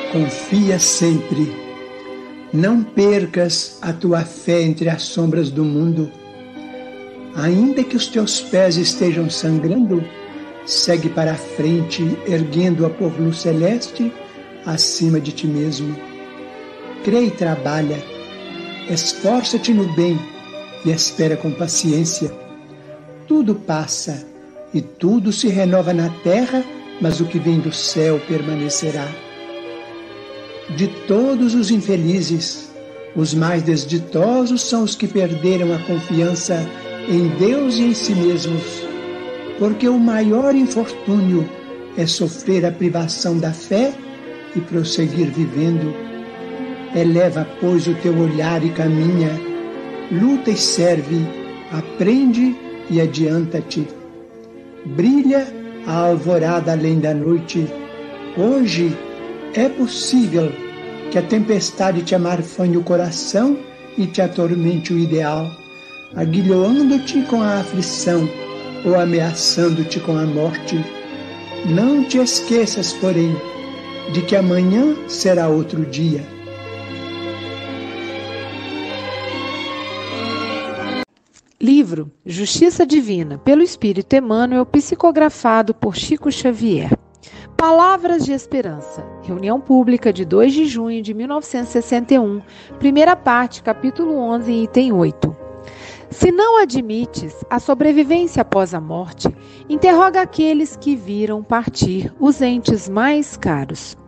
Confia sempre. Não percas a tua fé entre as sombras do mundo. Ainda que os teus pés estejam sangrando, segue para a frente, erguendo-a por luz celeste acima de ti mesmo. Crê e trabalha. Esforça-te no bem e espera com paciência. Tudo passa e tudo se renova na terra, mas o que vem do céu permanecerá. De todos os infelizes, os mais desditosos são os que perderam a confiança em Deus e em si mesmos, porque o maior infortúnio é sofrer a privação da fé e prosseguir vivendo. Eleva, pois, o teu olhar e caminha, luta e serve, aprende e adianta-te. Brilha a alvorada além da noite. Hoje é possível que a tempestade te amarfanhe o coração e te atormente o ideal, aguilhoando-te com a aflição ou ameaçando-te com a morte. Não te esqueças, porém, de que amanhã será outro dia. Livro Justiça Divina, pelo Espírito Emmanuel, psicografado por Chico Xavier. Palavras de Esperança. Reunião pública de 2 de junho de 1961, primeira parte, capítulo 11, item 8. Se não admites a sobrevivência após a morte, interroga aqueles que viram partir os entes mais caros.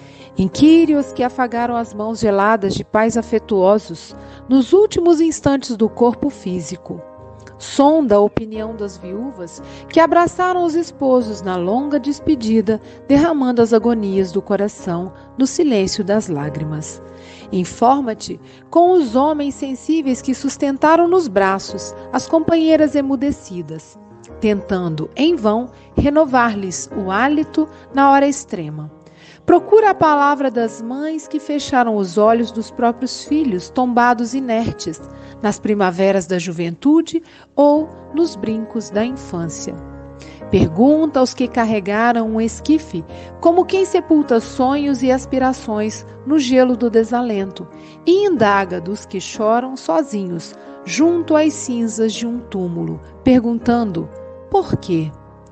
Inquire os que afagaram as mãos geladas de pais afetuosos nos últimos instantes do corpo físico. Sonda a opinião das viúvas que abraçaram os esposos na longa despedida, derramando as agonias do coração no silêncio das lágrimas. Informa-te com os homens sensíveis que sustentaram nos braços as companheiras emudecidas, tentando, em vão, renovar-lhes o hálito na hora extrema. Procura a palavra das mães que fecharam os olhos dos próprios filhos tombados inertes nas primaveras da juventude ou nos brincos da infância. Pergunta aos que carregaram um esquife, como quem sepulta sonhos e aspirações no gelo do desalento, e indaga dos que choram sozinhos, junto às cinzas de um túmulo, perguntando: por quê?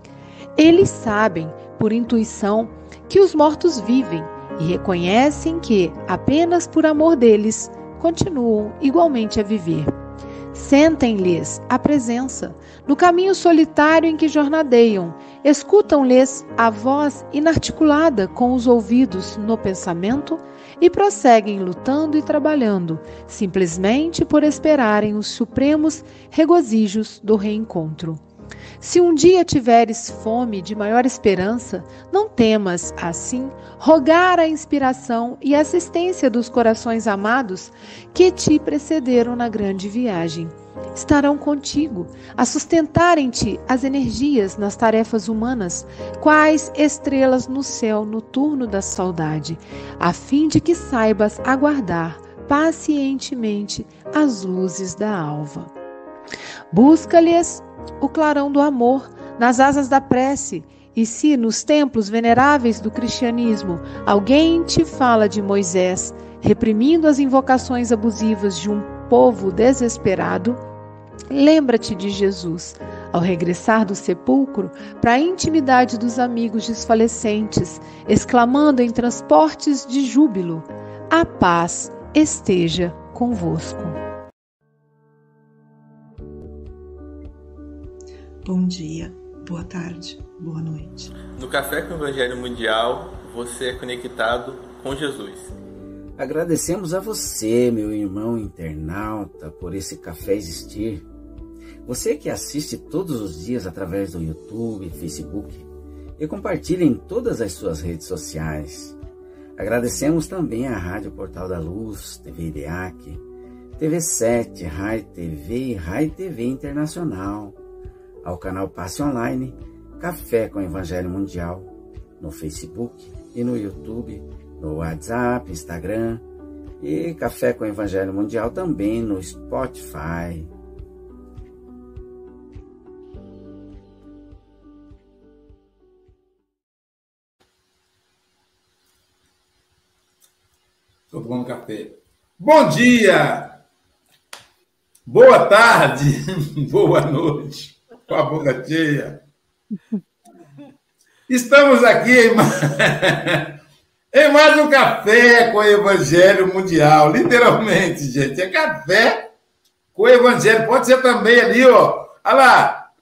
Eles sabem, por intuição, que os mortos vivem e reconhecem que, apenas por amor deles, continuam igualmente a viver. Sentem-lhes a presença no caminho solitário em que jornadeiam, escutam-lhes a voz inarticulada com os ouvidos no pensamento e prosseguem lutando e trabalhando, simplesmente por esperarem os supremos regozijos do reencontro. Se um dia tiveres fome de maior esperança, não temas, assim, rogar a inspiração e assistência dos corações amados que te precederam na grande viagem. Estarão contigo, a sustentarem-te as energias nas tarefas humanas, quais estrelas no céu noturno da saudade, a fim de que saibas aguardar pacientemente as luzes da alva. Busca-lhes o clarão do amor nas asas da prece, e se nos templos veneráveis do cristianismo alguém te fala de Moisés reprimindo as invocações abusivas de um povo desesperado, lembra-te de Jesus ao regressar do sepulcro para a intimidade dos amigos desfalecentes, exclamando em transportes de júbilo: a paz esteja convosco. Bom dia, boa tarde, boa noite. No Café com o Evangelho Mundial, você é conectado com Jesus. Agradecemos a você, meu irmão internauta, por esse café existir. Você que assiste todos os dias através do YouTube, Facebook e compartilha em todas as suas redes sociais. Agradecemos também à Rádio Portal da Luz, TV IDEAC, TV7, Rai TV e Rai TV Internacional, ao canal Passe Online, Café com Evangelho Mundial, no Facebook e no YouTube, no WhatsApp, Instagram e Café com Evangelho Mundial também no Spotify. Estou tomando café. Bom dia! Boa tarde! Boa noite! Com a boca cheia. Estamos aqui em mais um café com o Evangelho Mundial. Literalmente, gente. É café com o Evangelho. Pode ser também ali, ó. Olha lá.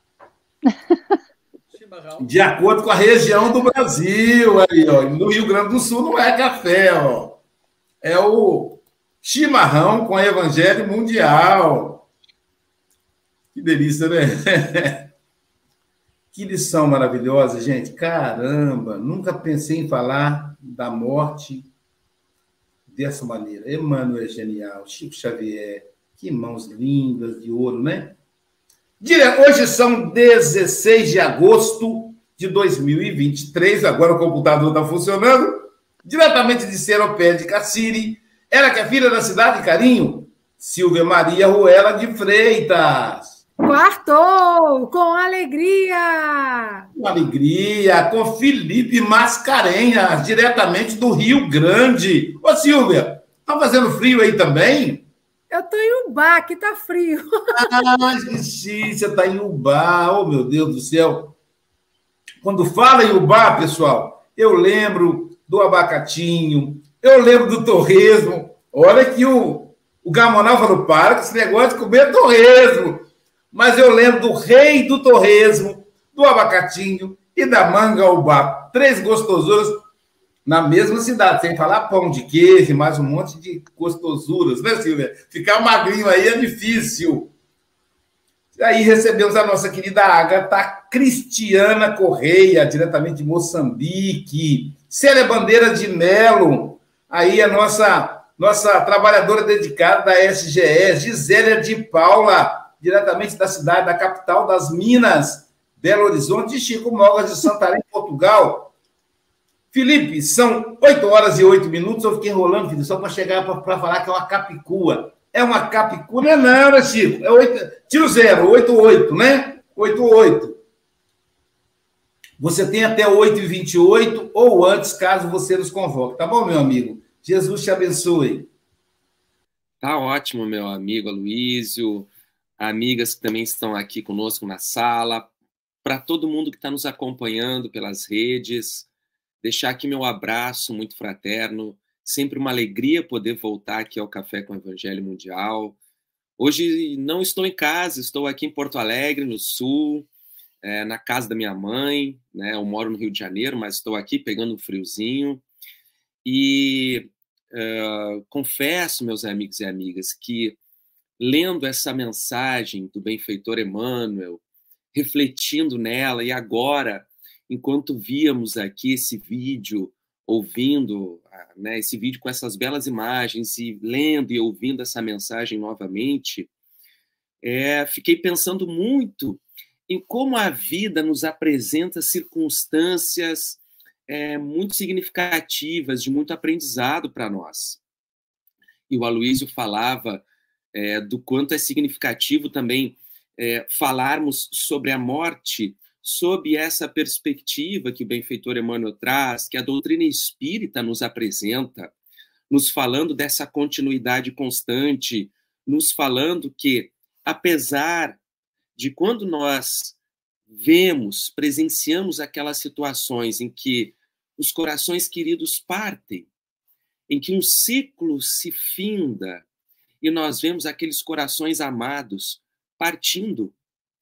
De acordo com a região do Brasil. Aí, ó. No Rio Grande do Sul não é café, ó. É o chimarrão com o Evangelho Mundial. Que delícia, né? Que lição maravilhosa, gente. Caramba, nunca pensei em falar da morte dessa maneira. Emmanuel é genial, Chico Xavier, que mãos lindas de ouro, né? Hoje são 16 de agosto de 2023, agora o computador está funcionando, diretamente de Seropé de Caciri, ela que é filha da cidade de Carinho, Silvia Maria Ruela de Freitas. Quartou, com alegria! Com alegria, com Felipe Mascarenhas, diretamente do Rio Grande. Ô, Silvia, tá fazendo frio aí também? Eu tô em Ubá, aqui tá frio. Ah, sim, você tá em Ubá. Oh, meu Deus do céu. Quando fala em Ubá, pessoal, eu lembro do abacatinho, eu lembro do torresmo. Olha que o Gamonal falou, para com esse negócio de comer torresmo. Mas eu lembro do rei do torresmo, do abacatinho e da manga ubá. 3 gostosuras na mesma cidade, sem falar pão de queijo, mais um monte de gostosuras, né, Silvia? Ficar magrinho aí é difícil. Aí recebemos a nossa querida Ágata Cristiana Correia, diretamente de Moçambique. Célia Bandeira de Melo, aí a nossa trabalhadora dedicada da SGE, Gisélia de Paula, diretamente da cidade, da capital das Minas, Belo Horizonte, e Chico Mogas de Santarém, Portugal. Felipe, são 8 horas e 8 minutos, eu fiquei enrolando, filho, só para chegar para falar que é uma capicua. É uma capicua, não é não, né, Chico? É 8, tiro 0, 8-8, né? 8-8. Você tem até 8h28 ou antes, caso você nos convoque. Tá bom, meu amigo? Jesus te abençoe. Tá ótimo, meu amigo Aloísio. Amigas que também estão aqui conosco na sala, para todo mundo que está nos acompanhando pelas redes, deixar aqui meu abraço muito fraterno, sempre uma alegria poder voltar aqui ao Café com o Evangelho Mundial. Hoje não estou em casa, estou aqui em Porto Alegre, no Sul, na casa da minha mãe, né? Eu moro no Rio de Janeiro, mas estou aqui pegando um friozinho, e confesso, meus amigos e amigas, que lendo essa mensagem do benfeitor Emmanuel, refletindo nela, e agora, enquanto víamos aqui esse vídeo, ouvindo, né, esse vídeo com essas belas imagens, e lendo e ouvindo essa mensagem novamente, fiquei pensando muito em como a vida nos apresenta circunstâncias muito significativas, de muito aprendizado para nós. E o Aloísio falava do quanto é significativo também falarmos sobre a morte sob essa perspectiva que o benfeitor Emmanuel traz, que a doutrina espírita nos apresenta, nos falando dessa continuidade constante, nos falando que, apesar de quando nós vemos, presenciamos aquelas situações em que os corações queridos partem, em que um ciclo se finda, e nós vemos aqueles corações amados partindo.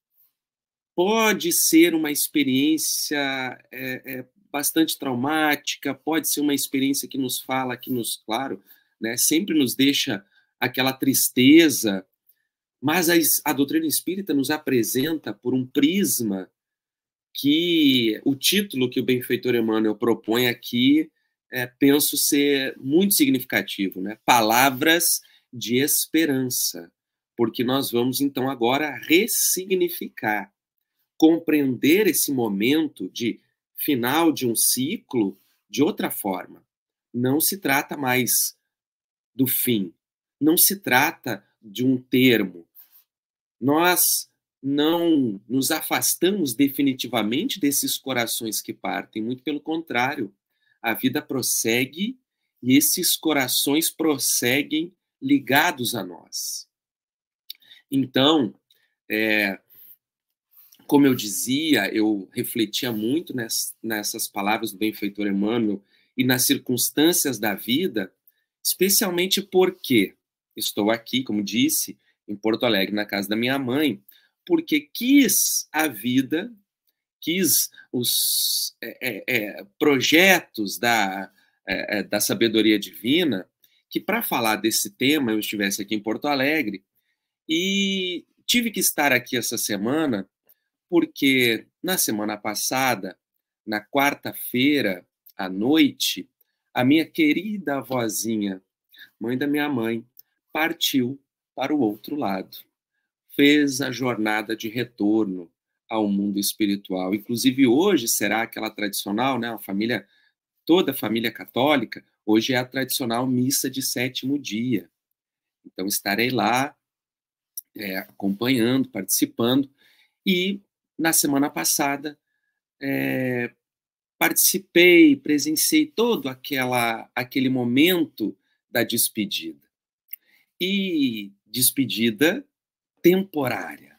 Pode ser uma experiência bastante traumática, pode ser uma experiência que nos fala, claro, né, sempre nos deixa aquela tristeza, mas a doutrina espírita nos apresenta por um prisma que o título que o benfeitor Emmanuel propõe aqui, penso ser muito significativo, né? Palavras de esperança, porque nós vamos então agora ressignificar, compreender esse momento de final de um ciclo de outra forma. Não se trata mais do fim, não se trata de um termo. Nós não nos afastamos definitivamente desses corações que partem, muito pelo contrário, a vida prossegue e esses corações prosseguem ligados a nós. Então, como eu dizia, eu refletia muito nessas palavras do benfeitor Emmanuel e nas circunstâncias da vida, especialmente porque estou aqui, como disse, em Porto Alegre, na casa da minha mãe, porque quis a vida, quis os projetos da sabedoria divina, que para falar desse tema eu estivesse aqui em Porto Alegre, e tive que estar aqui essa semana, porque na semana passada, na quarta-feira à noite, a minha querida avózinha, mãe da minha mãe, partiu para o outro lado. Fez a jornada de retorno ao mundo espiritual. Inclusive, hoje será aquela tradicional, né? Toda a família católica, hoje é a tradicional missa de 7º dia. Então, estarei lá acompanhando, participando. E, na semana passada, participei, presenciei todo aquele momento da despedida. E despedida temporária.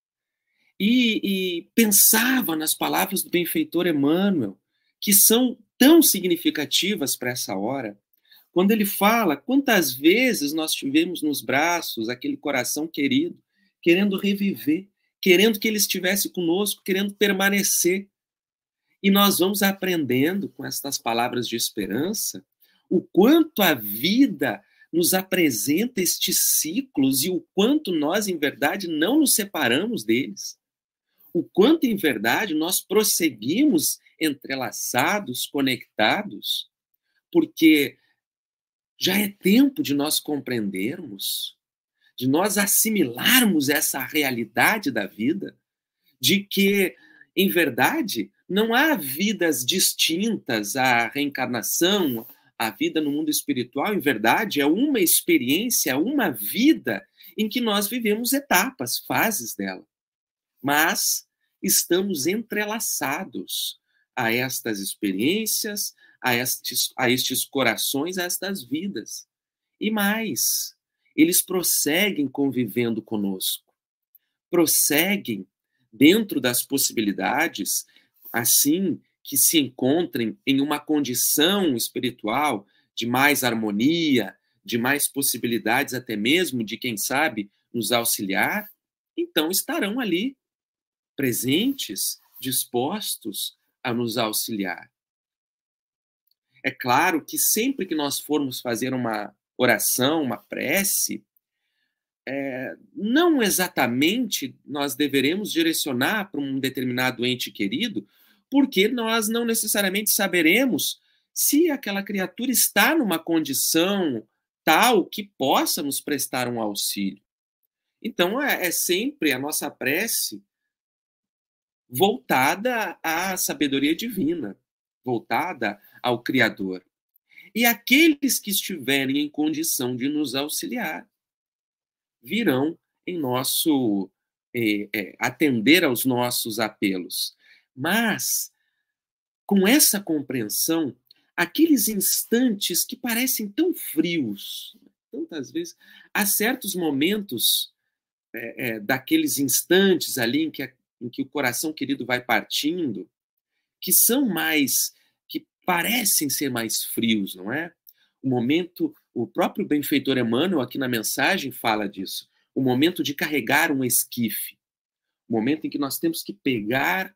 E pensava nas palavras do benfeitor Emmanuel, que são tão significativas para essa hora, quando ele fala quantas vezes nós tivemos nos braços aquele coração querido, querendo reviver, querendo que ele estivesse conosco, querendo permanecer. E nós vamos aprendendo com estas palavras de esperança o quanto a vida nos apresenta estes ciclos e o quanto nós, em verdade, não nos separamos deles. O quanto, em verdade, nós prosseguimos entrelaçados, conectados, porque já é tempo de nós compreendermos, de nós assimilarmos essa realidade da vida, de que, em verdade, não há vidas distintas à reencarnação, a vida no mundo espiritual, em verdade, é uma experiência, uma vida em que nós vivemos etapas, fases dela. Mas estamos entrelaçados a estas experiências, a estes corações, a estas vidas. E mais, eles prosseguem convivendo conosco. Prosseguem dentro das possibilidades, assim que se encontrem em uma condição espiritual de mais harmonia, de mais possibilidades até mesmo de, quem sabe, nos auxiliar, então estarão ali presentes, dispostos a nos auxiliar. É claro que sempre que nós formos fazer uma oração, uma prece, não exatamente nós deveremos direcionar para um determinado ente querido, porque nós não necessariamente saberemos se aquela criatura está numa condição tal que possa nos prestar um auxílio. Então, é sempre a nossa prece voltada à sabedoria divina, voltada ao Criador. E aqueles que estiverem em condição de nos auxiliar virão em nosso atender aos nossos apelos. Mas, com essa compreensão, aqueles instantes que parecem tão frios, tantas vezes, há certos momentos daqueles instantes ali em que o coração querido vai partindo, que são que parecem ser mais frios, não é? O próprio benfeitor Emmanuel aqui na mensagem fala disso, o momento de carregar um esquife, o momento em que nós temos que pegar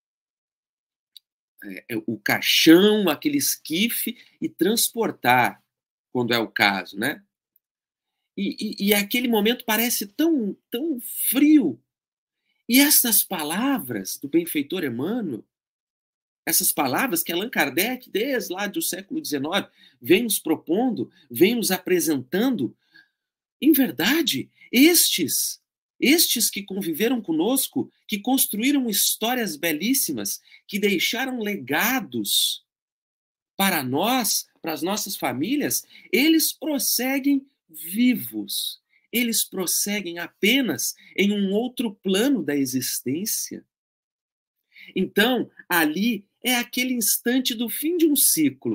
o caixão, aquele esquife e transportar, quando é o caso, né? E aquele momento parece tão, tão frio. E essas palavras do benfeitor Emmanuel, essas palavras que Allan Kardec, desde lá do século XIX, vem nos propondo, vem nos apresentando, em verdade, estes que conviveram conosco, que construíram histórias belíssimas, que deixaram legados para nós, para as nossas famílias, eles prosseguem vivos. Eles prosseguem apenas em um outro plano da existência. Então, ali é aquele instante do fim de um ciclo,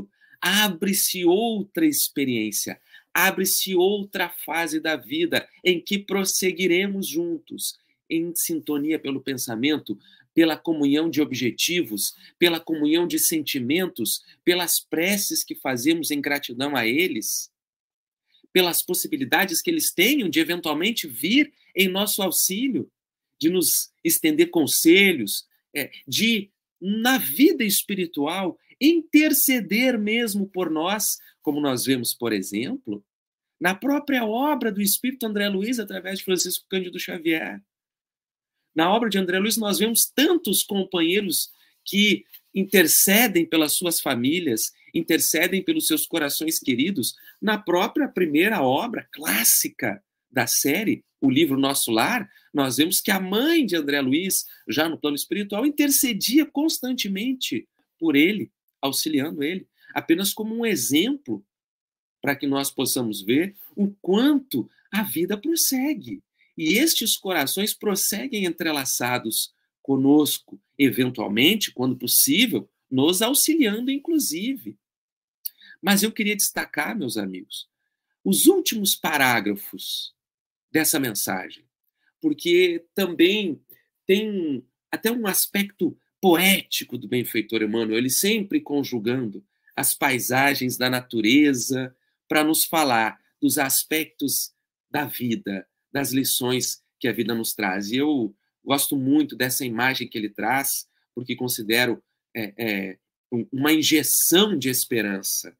abre-se outra experiência, abre-se outra fase da vida em que prosseguiremos juntos, em sintonia pelo pensamento, pela comunhão de objetivos, pela comunhão de sentimentos, pelas preces que fazemos em gratidão a eles, pelas possibilidades que eles tenham de eventualmente vir em nosso auxílio, de nos estender conselhos, de, na vida espiritual, interceder mesmo por nós, como nós vemos, por exemplo, na própria obra do Espírito André Luiz, através de Francisco Cândido Xavier. Na obra de André Luiz, nós vemos tantos companheiros que intercedem pelas suas famílias, intercedem pelos seus corações queridos. Na própria primeira obra clássica da série, o livro Nosso Lar, nós vemos que a mãe de André Luiz, já no plano espiritual, intercedia constantemente por ele, auxiliando ele, apenas como um exemplo para que nós possamos ver o quanto a vida prossegue. E estes corações prosseguem entrelaçados conosco, eventualmente, quando possível, nos auxiliando, inclusive. Mas eu queria destacar, meus amigos, os últimos parágrafos dessa mensagem, porque também tem até um aspecto poético do benfeitor Emmanuel, ele sempre conjugando as paisagens da natureza para nos falar dos aspectos da vida, das lições que a vida nos traz. E eu gosto muito dessa imagem que ele traz, porque considero uma injeção de esperança.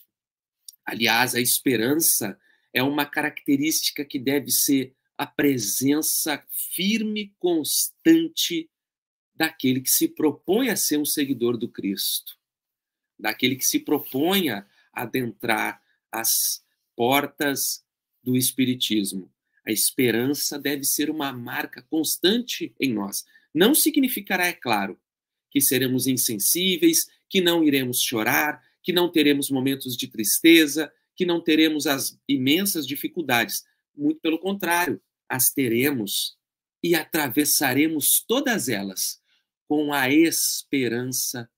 Aliás, a esperança é uma característica que deve ser a presença firme, constante daquele que se propõe a ser um seguidor do Cristo, daquele que se propõe a adentrar as portas do Espiritismo. A esperança deve ser uma marca constante em nós. Não significará, é claro, que seremos insensíveis, que não iremos chorar, que não teremos momentos de tristeza, que não teremos as imensas dificuldades. Muito pelo contrário, as teremos e atravessaremos todas elas com a esperança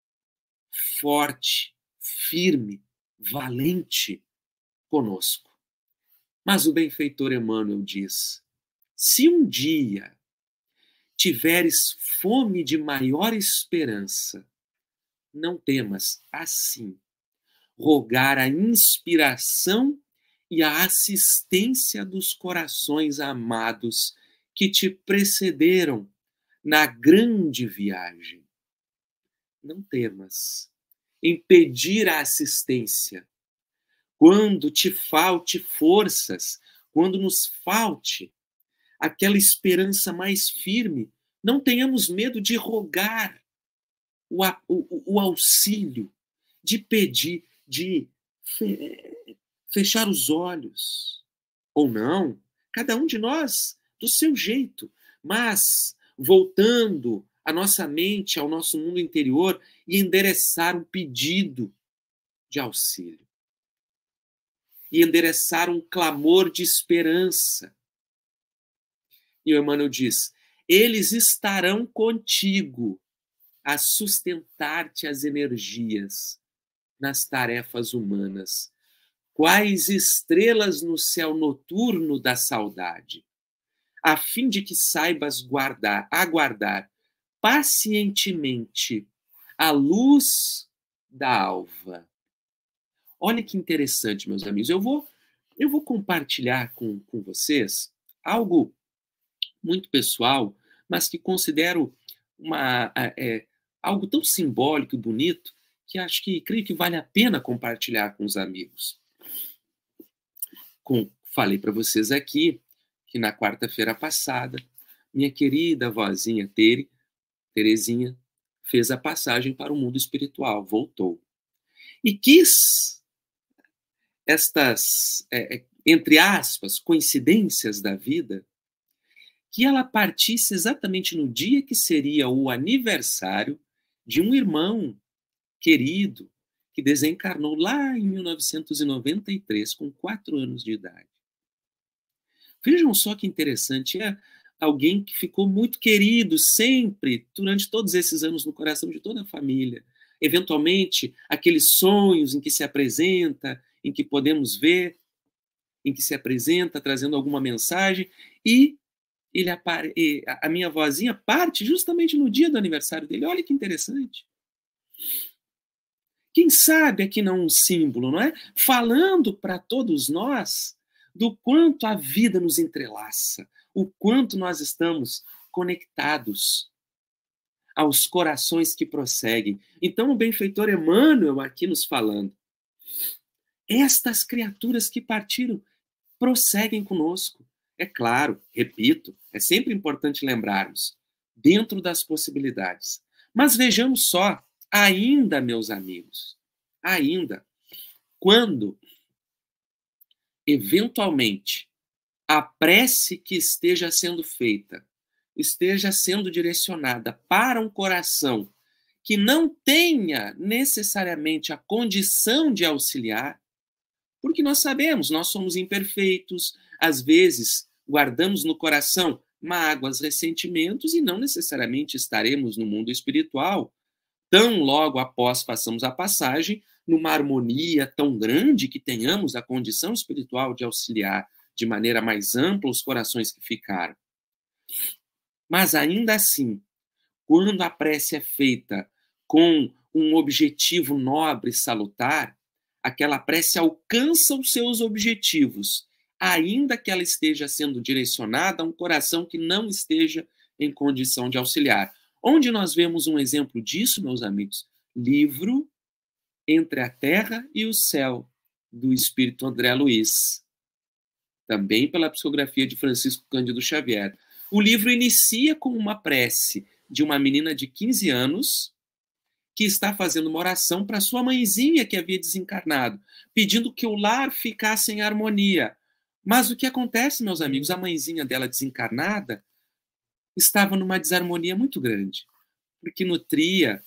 forte, firme, valente conosco. Mas o benfeitor Emmanuel diz: se um dia tiveres fome de maior esperança, não temas, assim, rogar a inspiração e a assistência dos corações amados que te precederam na grande viagem. Não temas em pedir a assistência. Quando te falte forças, quando nos falte aquela esperança mais firme, não tenhamos medo de rogar o auxílio, de pedir, de fechar os olhos. Ou não, cada um de nós do seu jeito, mas voltando a nossa mente ao nosso mundo interior e endereçar um pedido de auxílio. E endereçar um clamor de esperança. E o Emmanuel diz: eles estarão contigo a sustentar-te as energias nas tarefas humanas, quais estrelas no céu noturno da saudade, a fim de que saibas aguardar pacientemente a luz da alva. Olha que interessante, meus amigos. Eu vou compartilhar com vocês algo muito pessoal, mas que considero algo tão simbólico e bonito que creio que vale a pena compartilhar com os amigos. Falei para vocês aqui que na quarta-feira passada, minha querida vozinha Terezinha, fez a passagem para o mundo espiritual, voltou. E quis estas, entre aspas, coincidências da vida, que ela partisse exatamente no dia que seria o aniversário de um irmão querido que desencarnou lá em 1993, com 4 anos de idade. Vejam só que interessante, é alguém que ficou muito querido sempre, durante todos esses anos, no coração de toda a família. eventualmente, aqueles sonhos em que se apresenta, em que podemos ver, em que se apresenta trazendo alguma mensagem, e a minha vozinha parte justamente no dia do aniversário dele. Olha que interessante. Quem sabe aqui não um símbolo, não é? Falando para todos nós do quanto a vida nos entrelaça, o quanto nós estamos conectados aos corações que prosseguem. Então, o benfeitor Emmanuel aqui nos falando, estas criaturas que partiram prosseguem conosco. É claro, repito, é sempre importante lembrarmos, dentro das possibilidades. Mas vejamos só, ainda, meus amigos, ainda, quando, eventualmente, a prece que esteja sendo feita, esteja sendo direcionada para um coração que não tenha necessariamente a condição de auxiliar, porque nós sabemos, nós somos imperfeitos, às vezes guardamos no coração mágoas, ressentimentos e não necessariamente estaremos no mundo espiritual tão logo após façamos a passagem numa harmonia tão grande que tenhamos a condição espiritual de auxiliar de maneira mais ampla os corações que ficaram. Mas ainda assim, quando a prece é feita com um objetivo nobre e salutar, aquela prece alcança os seus objetivos, ainda que ela esteja sendo direcionada a um coração que não esteja em condição de auxiliar. Onde nós vemos um exemplo disso, meus amigos? Livro Entre a Terra e o Céu, do Espírito André Luiz. Também pela psicografia de Francisco Cândido Xavier. O livro inicia com uma prece de uma menina de 15 anos que está fazendo uma oração para sua mãezinha que havia desencarnado, pedindo que o lar ficasse em harmonia. Mas o que acontece, meus amigos? A mãezinha dela desencarnada estava numa desarmonia muito grande, porque nutria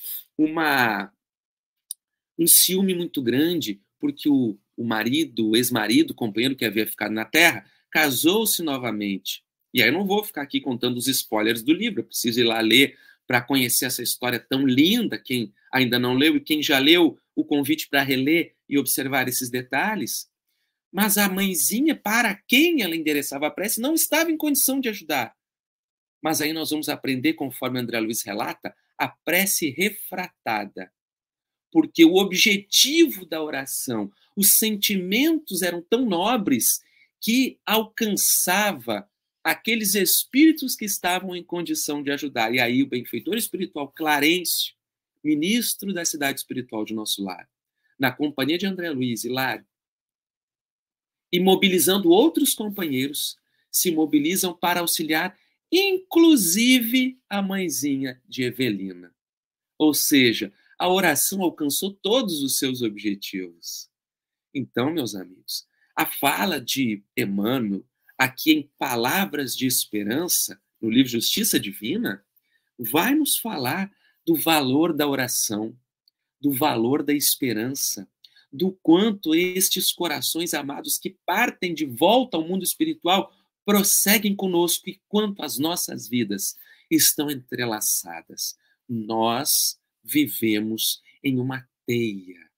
um ciúme muito grande, porque o marido, o ex-marido, o companheiro que havia ficado na Terra, casou-se novamente. E aí eu não vou ficar aqui contando os spoilers do livro, eu preciso ir lá ler para conhecer essa história tão linda, quem ainda não leu e quem já leu, o convite para reler e observar esses detalhes. Mas a mãezinha, para quem ela endereçava a prece, não estava em condição de ajudar. Mas aí nós vamos aprender, conforme André Luiz relata, a prece refratada. Porque o objetivo da oração, os sentimentos eram tão nobres que alcançava aqueles espíritos que estavam em condição de ajudar. E aí o benfeitor espiritual Clarencio, ministro da cidade espiritual de nosso lar, na companhia de André Luiz e Hilário, e mobilizando outros companheiros, se mobilizam para auxiliar, inclusive a mãezinha de Evelina. Ou seja, a oração alcançou todos os seus objetivos. Então, meus amigos, a fala de Emmanuel, aqui em Palavras de Esperança, no livro Justiça Divina, vai nos falar do valor da oração, do valor da esperança, do quanto estes corações amados que partem de volta ao mundo espiritual prosseguem conosco e quanto as nossas vidas estão entrelaçadas. Nós vivemos em uma teia.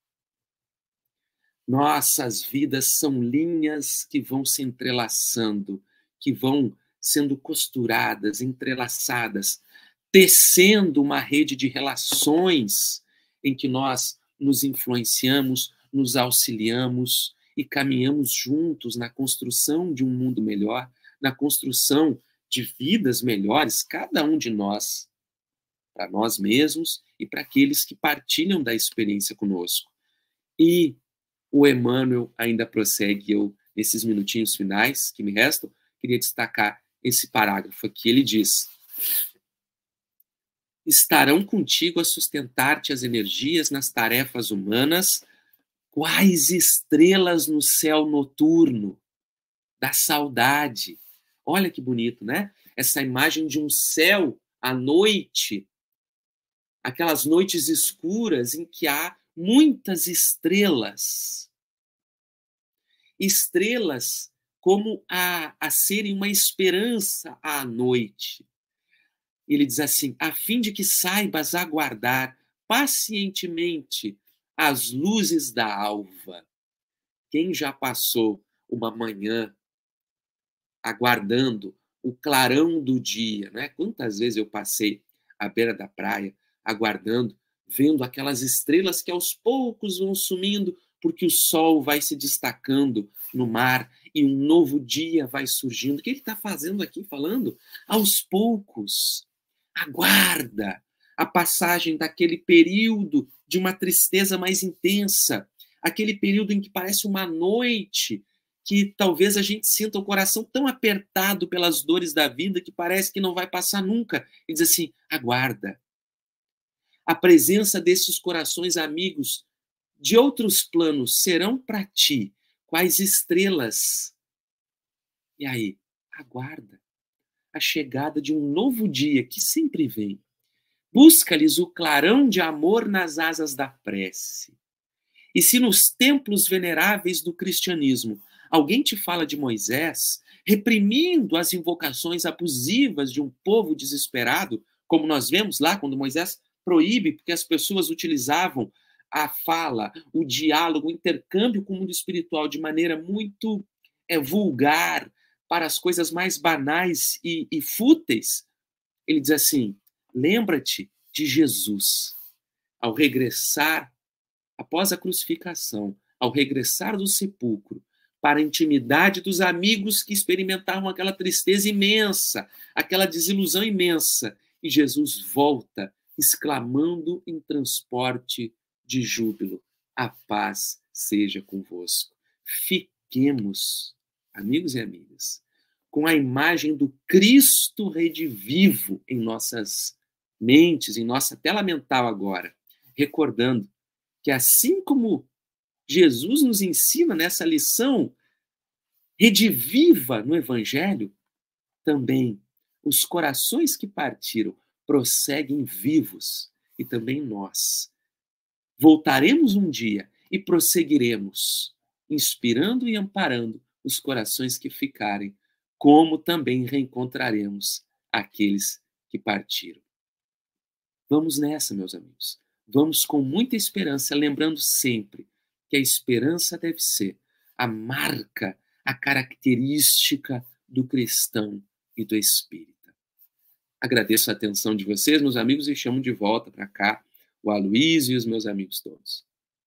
Nossas vidas são linhas que vão se entrelaçando, que vão sendo costuradas, entrelaçadas, tecendo uma rede de relações em que nós nos influenciamos, nos auxiliamos e caminhamos juntos na construção de um mundo melhor, na construção de vidas melhores, cada um de nós, para nós mesmos e para aqueles que partilham da experiência conosco. E o Emmanuel ainda prossegue, eu, nesses minutinhos finais que me restam, queria destacar esse parágrafo aqui. Ele diz: estarão contigo a sustentar-te as energias nas tarefas humanas, quais estrelas no céu noturno da saudade. Olha que bonito, né? Essa imagem de um céu à noite, aquelas noites escuras em que há muitas estrelas. Estrelas como a serem uma esperança à noite. Ele diz assim: a fim de que saibas aguardar pacientemente as luzes da alva. Quem já passou uma manhã aguardando o clarão do dia, né? Quantas vezes eu passei à beira da praia, aguardando, vendo aquelas estrelas que aos poucos vão sumindo, porque o sol vai se destacando no mar e um novo dia vai surgindo. O que ele está fazendo aqui, falando? Aos poucos, aguarda a passagem daquele período de uma tristeza mais intensa, aquele período em que parece uma noite, que talvez a gente sinta o coração tão apertado pelas dores da vida que parece que não vai passar nunca. E diz assim, aguarda. A presença desses corações amigos de outros planos serão para ti quais estrelas. E aí, aguarda a chegada de um novo dia que sempre vem. Busca-lhes o clarão de amor nas asas da prece. E se nos templos veneráveis do cristianismo alguém te fala de Moisés reprimindo as invocações abusivas de um povo desesperado, como nós vemos lá quando Moisés proíbe, porque as pessoas utilizavam a fala, o diálogo, o intercâmbio com o mundo espiritual de maneira muito vulgar, para as coisas mais banais e fúteis, ele diz assim, lembra-te de Jesus, ao regressar, após a crucificação, ao regressar do sepulcro, para a intimidade dos amigos que experimentavam aquela tristeza imensa, aquela desilusão imensa, e Jesus volta, exclamando em transporte de júbilo, a paz seja convosco. Fiquemos, amigos e amigas, com a imagem do Cristo redivivo em nossas mentes, em nossa tela mental agora, recordando que assim como Jesus nos ensina nessa lição rediviva no Evangelho, também os corações que partiram prosseguem vivos e também nós. Voltaremos um dia e prosseguiremos, inspirando e amparando os corações que ficarem, como também reencontraremos aqueles que partiram. Vamos nessa, meus amigos. Vamos com muita esperança, lembrando sempre que a esperança deve ser a marca, a característica do cristão e do espírita. Agradeço a atenção de vocês, meus amigos, e chamo de volta para cá o Aloísio e os meus amigos todos.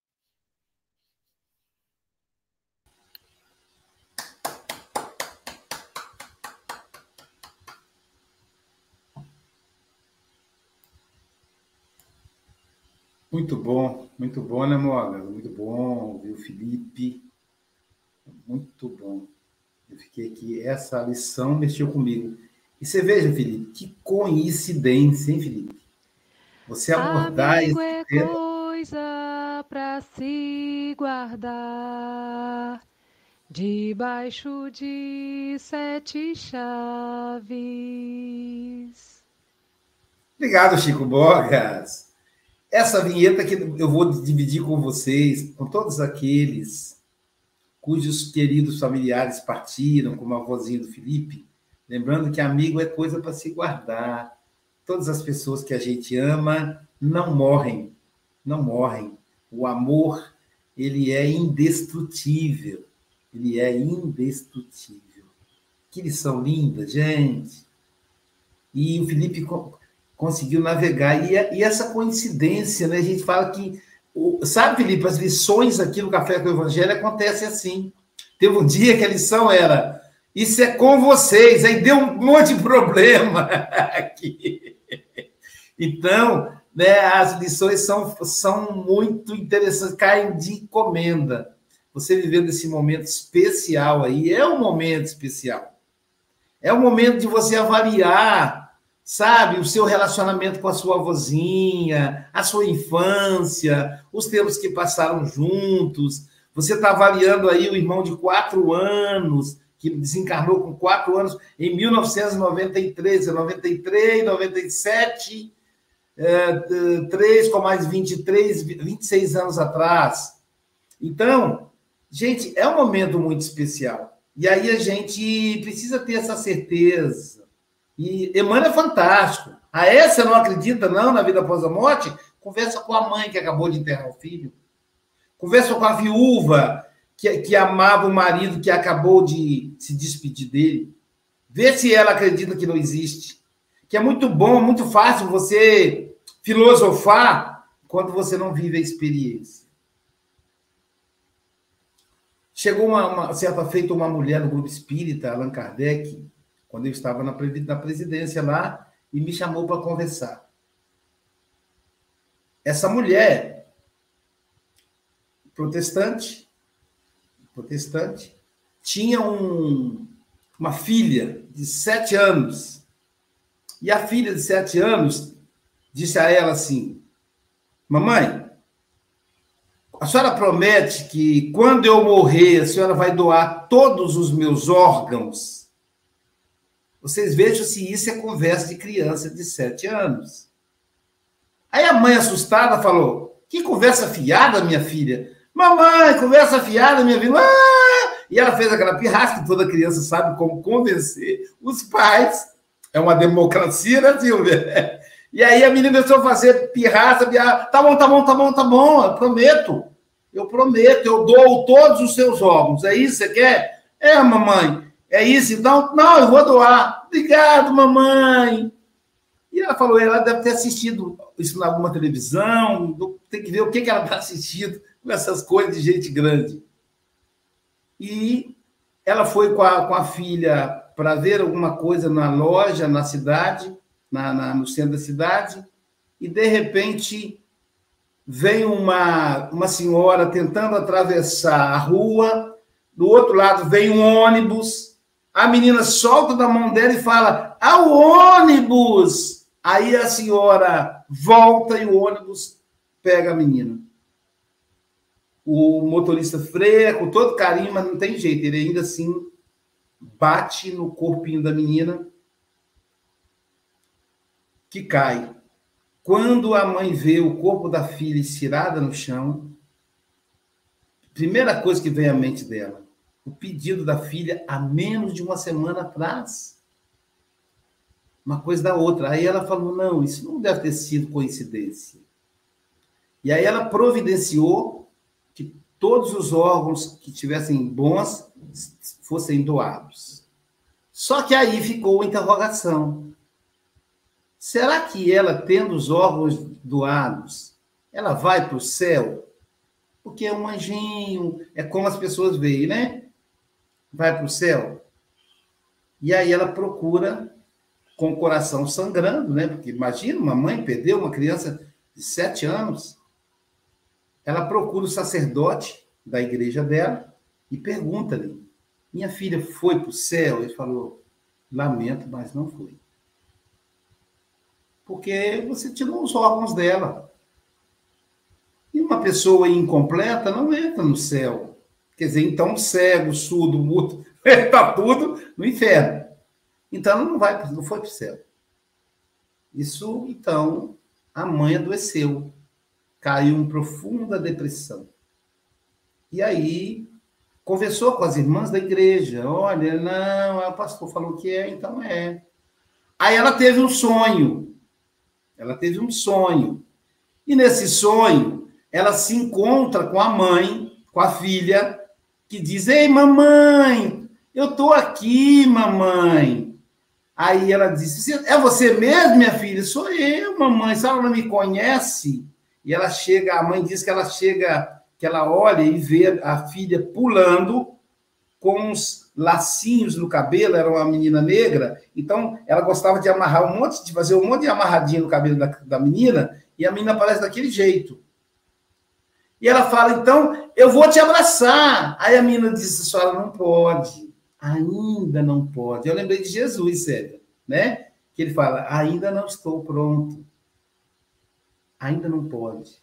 Muito bom, né, Moga? Muito bom ouvir o Felipe. Muito bom. Eu fiquei aqui, essa lição mexeu comigo. E você veja, Felipe, que coincidência, hein, Felipe? Você abordar Amigo esse é tema. coisa para se guardar debaixo de 7 chaves. Obrigado, Chico Bogas. Essa vinheta que eu vou dividir com vocês, com todos aqueles cujos queridos familiares partiram, como a vozinha do Felipe, lembrando que amigo é coisa para se guardar. Todas as pessoas que a gente ama não morrem, não morrem. O amor, ele é indestrutível. Ele é indestrutível. Que lição linda, gente. E o Felipe conseguiu navegar. E essa coincidência, né? A gente fala que... Sabe, Felipe, as lições aqui no Café com o Evangelho acontecem assim. Teve um dia que a lição era: isso é com vocês. Aí deu um monte de problema aqui. Então, né, as lições são muito interessantes, caem de encomenda. Você vivendo esse momento especial aí, é um momento especial. É o momento de você avaliar, sabe, o seu relacionamento com a sua avózinha, a sua infância, os tempos que passaram juntos. Você está avaliando aí o irmão de 4 anos, que desencarnou com 4 anos, em 1993, 93, 97, 3 com mais 23, 26 anos atrás. Então, gente, é um momento muito especial. E aí a gente precisa ter essa certeza. E Emmanuel é fantástico. A essa não acredita, não, na vida após a morte? Conversa com a mãe que acabou de enterrar o filho. Conversa com a viúva que amava o marido que acabou de se despedir dele. Vê se ela acredita que não existe. Que é muito bom, muito fácil você filosofar quando você não vive a experiência. Chegou certa feita uma mulher no grupo espírita, Allan Kardec, quando eu estava na presidência lá, e me chamou para conversar. Essa mulher, protestante, tinha uma filha de 7 anos. E a filha de 7 anos disse a ela assim: mamãe, a senhora promete que quando eu morrer, a senhora vai doar todos os meus órgãos? Vocês vejam se isso é conversa de criança de 7 anos. Aí a mãe, assustada, falou: que conversa fiada, minha filha? Mamãe, conversa fiada, minha filha. Ah! E ela fez aquela pirraça que toda criança sabe como convencer os pais. É uma democracia, né, Silvia? E aí a menina começou a fazer pirraça. Tá bom, eu prometo, eu dou todos os seus órgãos. É isso que você quer? É, mamãe, é isso, então? Não, eu vou doar. Obrigado, mamãe. E ela falou, ela deve ter assistido isso em alguma televisão, tem que ver o que ela está assistindo com essas coisas de gente grande. E ela foi com a filha para ver alguma coisa na loja, na cidade, no centro da cidade, e, de repente, vem uma senhora tentando atravessar a rua, do outro lado vem um ônibus, a menina solta da mão dela e fala, ao ônibus! Aí a senhora volta e o ônibus pega a menina. O motorista freia com todo carinho, mas não tem jeito, ele ainda assim bate no corpinho da menina, que cai. Quando a mãe vê o corpo da filha estirada no chão, primeira coisa que vem à mente dela, o pedido da filha há menos de uma semana atrás. Uma coisa da outra. Aí ela falou, não, isso não deve ter sido coincidência. E aí ela providenciou que todos os órgãos que tivessem bons fossem doados. Só que aí ficou a interrogação. Será que ela, tendo os órgãos doados, ela vai para o céu? Porque é um anjinho, é como as pessoas veem, né? Vai para o céu. E aí ela procura, com o coração sangrando, né? Porque imagina, uma mãe perdeu uma criança de 7 anos. Ela procura o sacerdote da igreja dela e pergunta-lhe, minha filha foi para o céu? Ele falou, lamento, mas não foi. Porque você tirou os órgãos dela. E uma pessoa incompleta não entra no céu. Quer dizer, então cego, surdo, mudo, está tudo no inferno. Então não foi para o céu. Isso, então, a mãe adoeceu. Caiu em profunda depressão. E aí, conversou com as irmãs da igreja. Olha, não, o pastor falou que é, então é. Aí ela teve um sonho. E nesse sonho, ela se encontra com a mãe, com a filha, que diz, ei, mamãe, eu estou aqui, mamãe. Aí ela disse, é você mesmo, minha filha? Sou eu, mamãe, a senhora não me conhece? E ela chega, a mãe diz que ela chega, que ela olha e vê a filha pulando com uns lacinhos no cabelo, era uma menina negra, então ela gostava de fazer um monte de amarradinha no cabelo da menina, e a menina aparece daquele jeito. E ela fala, então, eu vou te abraçar. Aí a menina disse, a senhora não pode, ainda não pode. Eu lembrei de Jesus, sério, né? Que ele fala, ainda não estou pronto. Ainda não pode.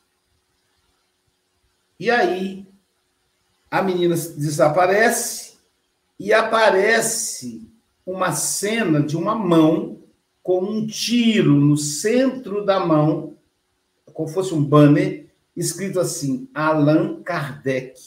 E aí, a menina desaparece e aparece uma cena de uma mão com um tiro no centro da mão, como fosse um banner, escrito assim, Allan Kardec.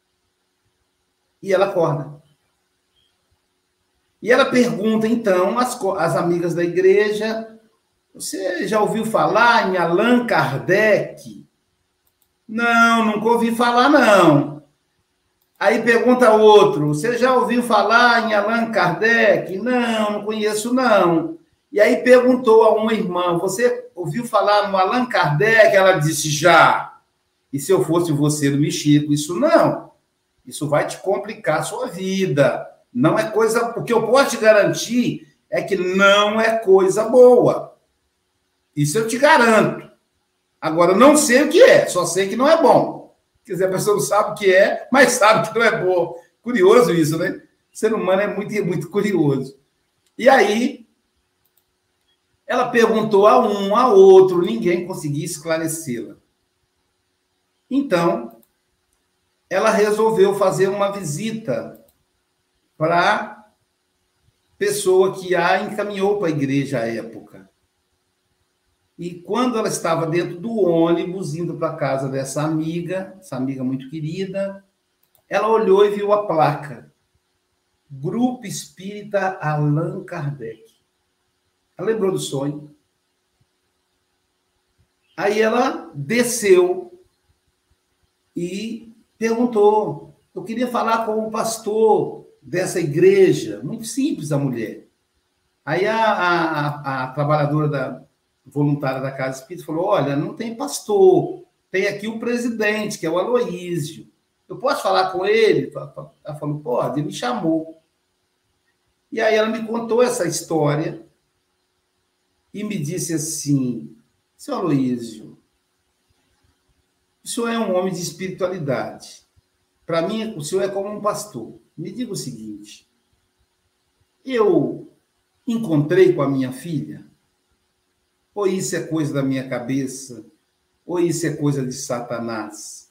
E ela acorda. E ela pergunta, então, às amigas da igreja, você já ouviu falar em Allan Kardec? Não, nunca ouvi falar, não. Aí pergunta outro, você já ouviu falar em Allan Kardec? Não, não conheço, não. E aí perguntou a uma irmã, você ouviu falar no Allan Kardec? Ela disse, já. E se eu fosse você, não mexia com isso, não. Isso vai te complicar a sua vida. Não é coisa... O que eu posso te garantir é que não é coisa boa. Isso eu te garanto. Agora, eu não sei o que é, só sei que não é bom. Quer dizer, a pessoa não sabe o que é, mas sabe que não é bom. Curioso isso, né? O ser humano é muito, muito curioso. E aí, ela perguntou a um, a outro, ninguém conseguia esclarecê-la. Então, ela resolveu fazer uma visita para a pessoa que a encaminhou para a igreja à época. E quando ela estava dentro do ônibus, indo para a casa dessa amiga muito querida, ela olhou e viu a placa. Grupo Espírita Allan Kardec. Ela lembrou do sonho. Aí ela desceu e perguntou, eu queria falar com o pastor dessa igreja. Muito simples a mulher. Aí a trabalhadora voluntária da Casa Espírita falou, olha, não tem pastor, tem aqui o presidente, que é o Aloísio. Eu posso falar com ele? Ela falou, pode, ele me chamou. E aí ela me contou essa história e me disse assim, seu Aloísio, o senhor é um homem de espiritualidade. Para mim, o senhor é como um pastor. Me diga o seguinte, eu encontrei com a minha filha, ou isso é coisa da minha cabeça, ou isso é coisa de Satanás?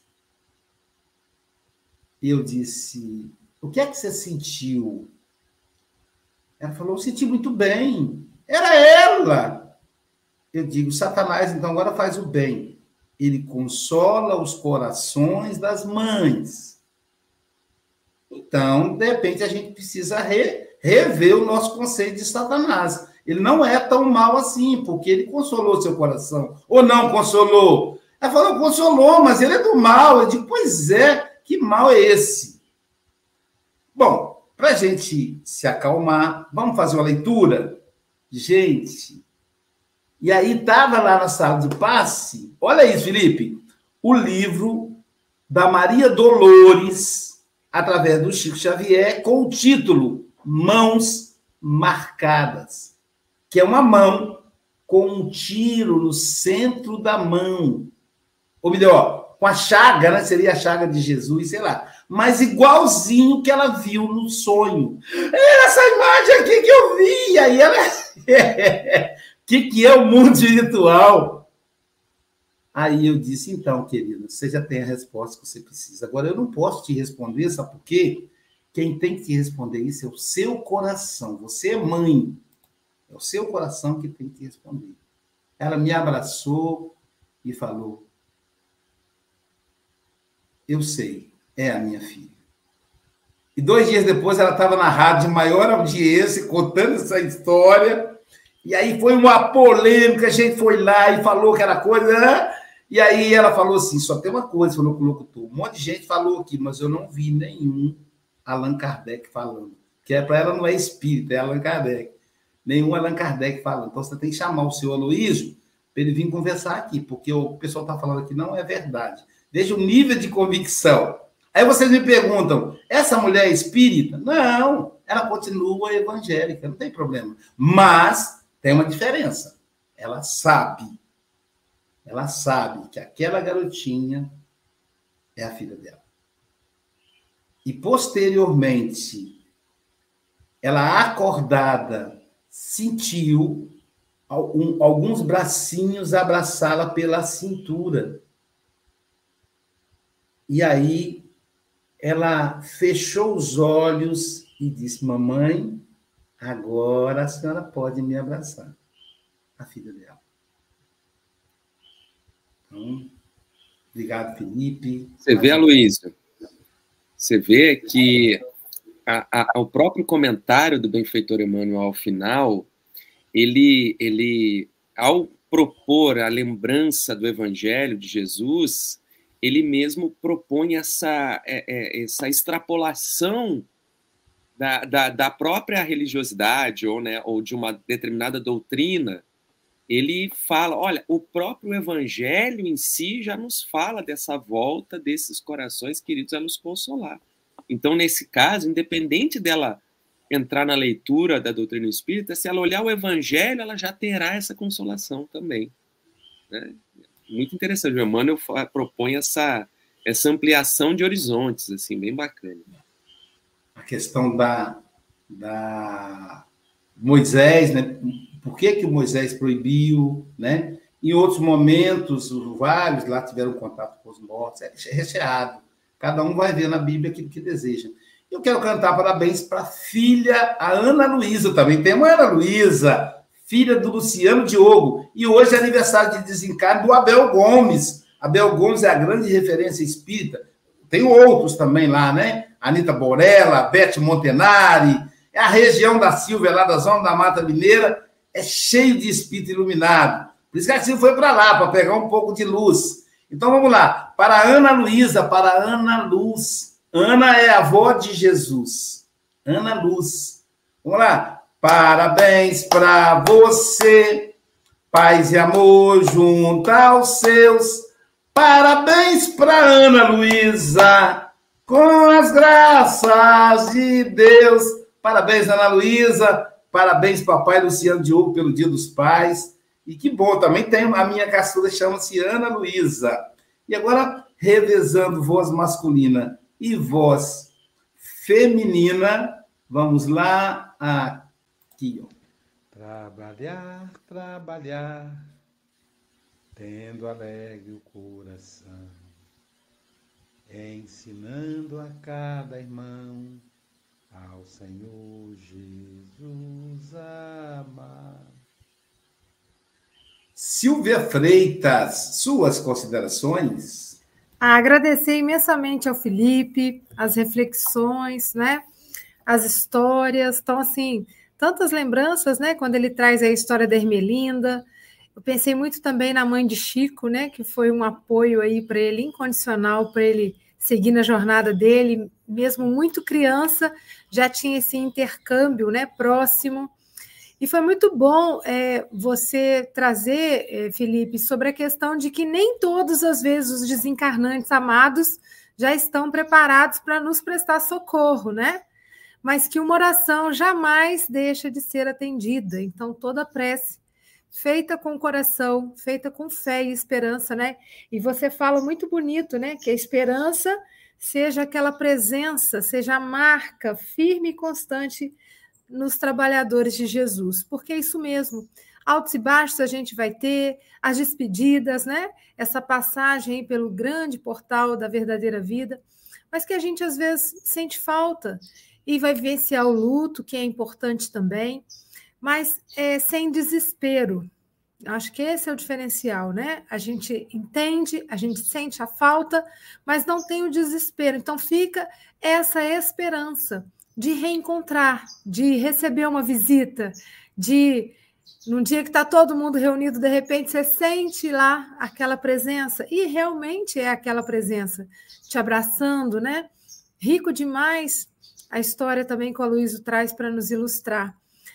E eu disse, o que é que você sentiu? Ela falou, eu senti muito bem. Era ela. Eu digo, Satanás, então, agora faz o bem. Ele consola os corações das mães. Então, de repente, a gente precisa rever o nosso conceito de Satanás. Ele não é tão mal assim, porque ele consolou seu coração. Ou não consolou? Ela falou, consolou, mas ele é do mal. Eu digo, pois é, que mal é esse? Bom, para a gente se acalmar, vamos fazer uma leitura? Gente, e aí estava lá na sala de passe, olha isso, Felipe, o livro da Maria Dolores, através do Chico Xavier, com o título Mãos Marcadas, que é uma mão com um tiro no centro da mão. Ou melhor, com a chaga, né? Seria a chaga de Jesus, sei lá. Mas igualzinho que ela viu no sonho. Essa imagem aqui que eu vi. Aí ela... O que é o mundo espiritual? Aí eu disse, então, querida, você já tem a resposta que você precisa. Agora, eu não posso te responder, sabe por quê? Quem tem que te responder isso é o seu coração. Você é mãe. É o seu coração que tem que responder. Ela me abraçou e falou, eu sei, é a minha filha. E 2 dias depois ela estava na rádio de maior audiência, contando essa história, e aí foi uma polêmica, a gente foi lá e falou que era coisa, né? E aí ela falou assim, só tem uma coisa, falou com o locutor, um monte de gente falou aqui, mas eu não vi nenhum Allan Kardec falando, que para ela não é espírita, é Allan Kardec. Nenhum Allan Kardec falando. Então, você tem que chamar o seu Aloísio para ele vir conversar aqui, porque o pessoal está falando aqui não é verdade. Veja o nível de convicção. Aí vocês me perguntam, essa mulher é espírita? Não, ela continua evangélica, não tem problema. Mas tem uma diferença. Ela sabe que aquela garotinha é a filha dela. E, posteriormente, ela acordada sentiu alguns bracinhos abraçá-la pela cintura. E aí ela fechou os olhos e disse, mamãe, agora a senhora pode me abraçar. A filha dela. Então, obrigado, Felipe. Você vê, Aloísio? Você vê que o próprio comentário do benfeitor Emmanuel ao final, ele ao propor a lembrança do Evangelho de Jesus, ele mesmo propõe essa extrapolação da própria religiosidade ou de uma determinada doutrina. Ele fala, olha, o próprio Evangelho em si já nos fala dessa volta desses corações queridos a nos consolar. Então, nesse caso, independente dela entrar na leitura da doutrina espírita, se ela olhar o Evangelho, ela já terá essa consolação também. Né? Muito interessante. O Emmanuel propõe essa ampliação de horizontes, assim, bem bacana. A questão da Moisés, né? Por que o Moisés proibiu, né? Em outros momentos, vários lá tiveram contato com os mortos, é recheado. Cada um vai ver na Bíblia aquilo que deseja. Eu quero cantar parabéns para a filha, a Ana Luísa, também tem uma Ana Luísa, filha do Luciano Diogo, e hoje é aniversário de desencarne do Abel Gomes. Abel Gomes é a grande referência espírita. Tem outros também lá, né? Anita Borella, Beth Montenari, é a região da Silvia, lá da zona da Mata Mineira, é cheio de espírito iluminado. Por isso que a Silvia foi para lá, para pegar um pouco de luz. Então, vamos lá. Para a Ana Luísa, para a Ana Luz. Ana é a avó de Jesus. Ana Luz. Vamos lá. Parabéns para você, paz e amor junto aos seus. Parabéns para Ana Luísa, com as graças de Deus. Parabéns, Ana Luísa. Parabéns, papai Luciano Diogo, pelo Dia dos Pais. E que bom, também tem a minha caçula, chama-se Ana Luísa. E agora, revezando voz masculina e voz feminina, vamos lá, aqui, ó. Trabalhar, trabalhar, tendo alegre o coração, ensinando a cada irmão ao Senhor Jesus amar. Silvia Freitas, suas considerações? Agradecer imensamente ao Felipe, as reflexões, né? As histórias. Então, assim, tantas lembranças, né? Quando ele traz a história da Ermelinda. Eu pensei muito também na mãe de Chico, né? Que foi um apoio aí para ele, incondicional, para ele seguir na jornada dele. Mesmo muito criança, já tinha esse intercâmbio, né? Próximo. E foi muito bom você trazer, Felipe, sobre a questão de que nem todas as vezes os desencarnantes amados já estão preparados para nos prestar socorro, né? Mas que uma oração jamais deixa de ser atendida. Então, toda prece feita com coração, feita com fé e esperança, né? E você fala muito bonito, né? Que a esperança seja aquela presença, seja a marca firme e constante nos trabalhadores de Jesus, porque é isso mesmo, altos e baixos a gente vai ter, as despedidas, né? Essa passagem pelo grande portal da verdadeira vida, mas que a gente às vezes sente falta e vai vivenciar o luto, que é importante também, mas sem desespero. Acho que esse é o diferencial, né? A gente entende, a gente sente a falta, mas não tem o desespero. Então fica essa esperança de reencontrar, de receber uma visita, de, num dia que está todo mundo reunido, de repente você sente lá aquela presença, e realmente é aquela presença, te abraçando, né? Rico demais a história também que o Aloysio traz para nos ilustrar.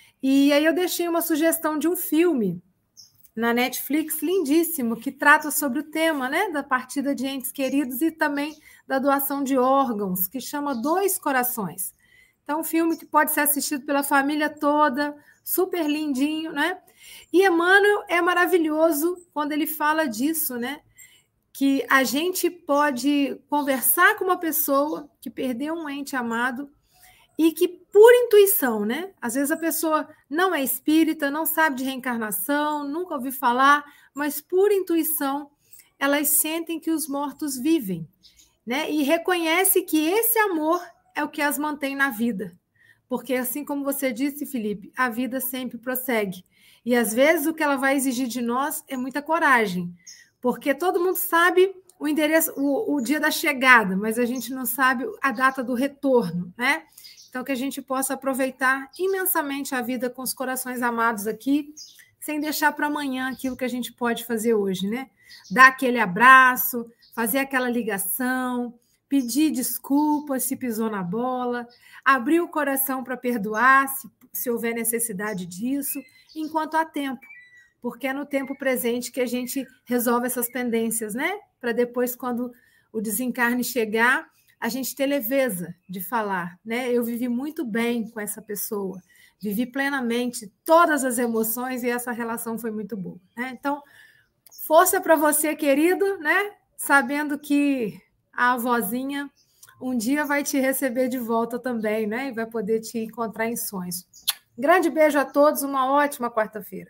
E aí eu deixei uma sugestão de um filme na Netflix, lindíssimo, que trata sobre o tema, né, da partida de entes queridos e também da doação de órgãos, que chama Dois Corações. Então, um filme que pode ser assistido pela família toda, super lindinho, né? E Emmanuel é maravilhoso quando ele fala disso, né? Que a gente pode conversar com uma pessoa que perdeu um ente amado e que, por intuição, né? Às vezes a pessoa não é espírita, não sabe de reencarnação, nunca ouviu falar, mas por intuição elas sentem que os mortos vivem, né? E reconhece que esse amor é o que as mantém na vida. Porque, assim como você disse, Felipe, a vida sempre prossegue. E, às vezes, o que ela vai exigir de nós é muita coragem. Porque todo mundo sabe o endereço, o dia da chegada, mas a gente não sabe a data do retorno, né? Então, que a gente possa aproveitar imensamente a vida com os corações amados aqui, sem deixar para amanhã aquilo que a gente pode fazer hoje, né? Dar aquele abraço, fazer aquela ligação, pedir desculpas se pisou na bola, abrir o coração para perdoar se houver necessidade disso, enquanto há tempo, porque é no tempo presente que a gente resolve essas pendências, né? Para depois, quando o desencarne chegar, a gente ter leveza de falar, né? Eu vivi muito bem com essa pessoa, vivi plenamente todas as emoções e essa relação foi muito boa, né? Então, força para você, querido, né? Sabendo que a avózinha um dia vai te receber de volta também, né? E vai poder te encontrar em sonhos. Grande beijo a todos, uma ótima quarta-feira.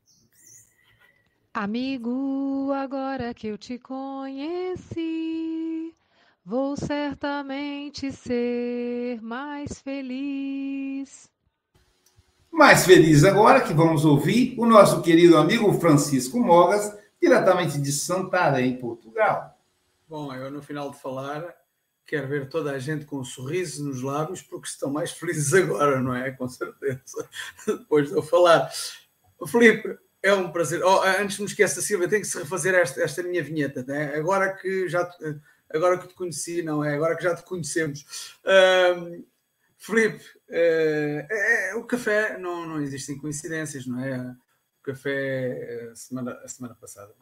Amigo, agora que eu te conheci, vou certamente ser mais feliz. Mais feliz agora que vamos ouvir o nosso querido amigo Francisco Mogas, diretamente de Santarém, Portugal. Bom, eu no final de falar quero ver toda a gente com um sorriso nos lábios, porque estão mais felizes agora, não é? Com certeza. Depois de eu falar. Filipe, é um prazer. Antes não me esqueça, Silvia, tenho que se refazer esta minha vinheta, né? Agora que te conheci, não é? Agora que já te conhecemos. Filipe, o café não existem coincidências, não é? O café, a semana passada.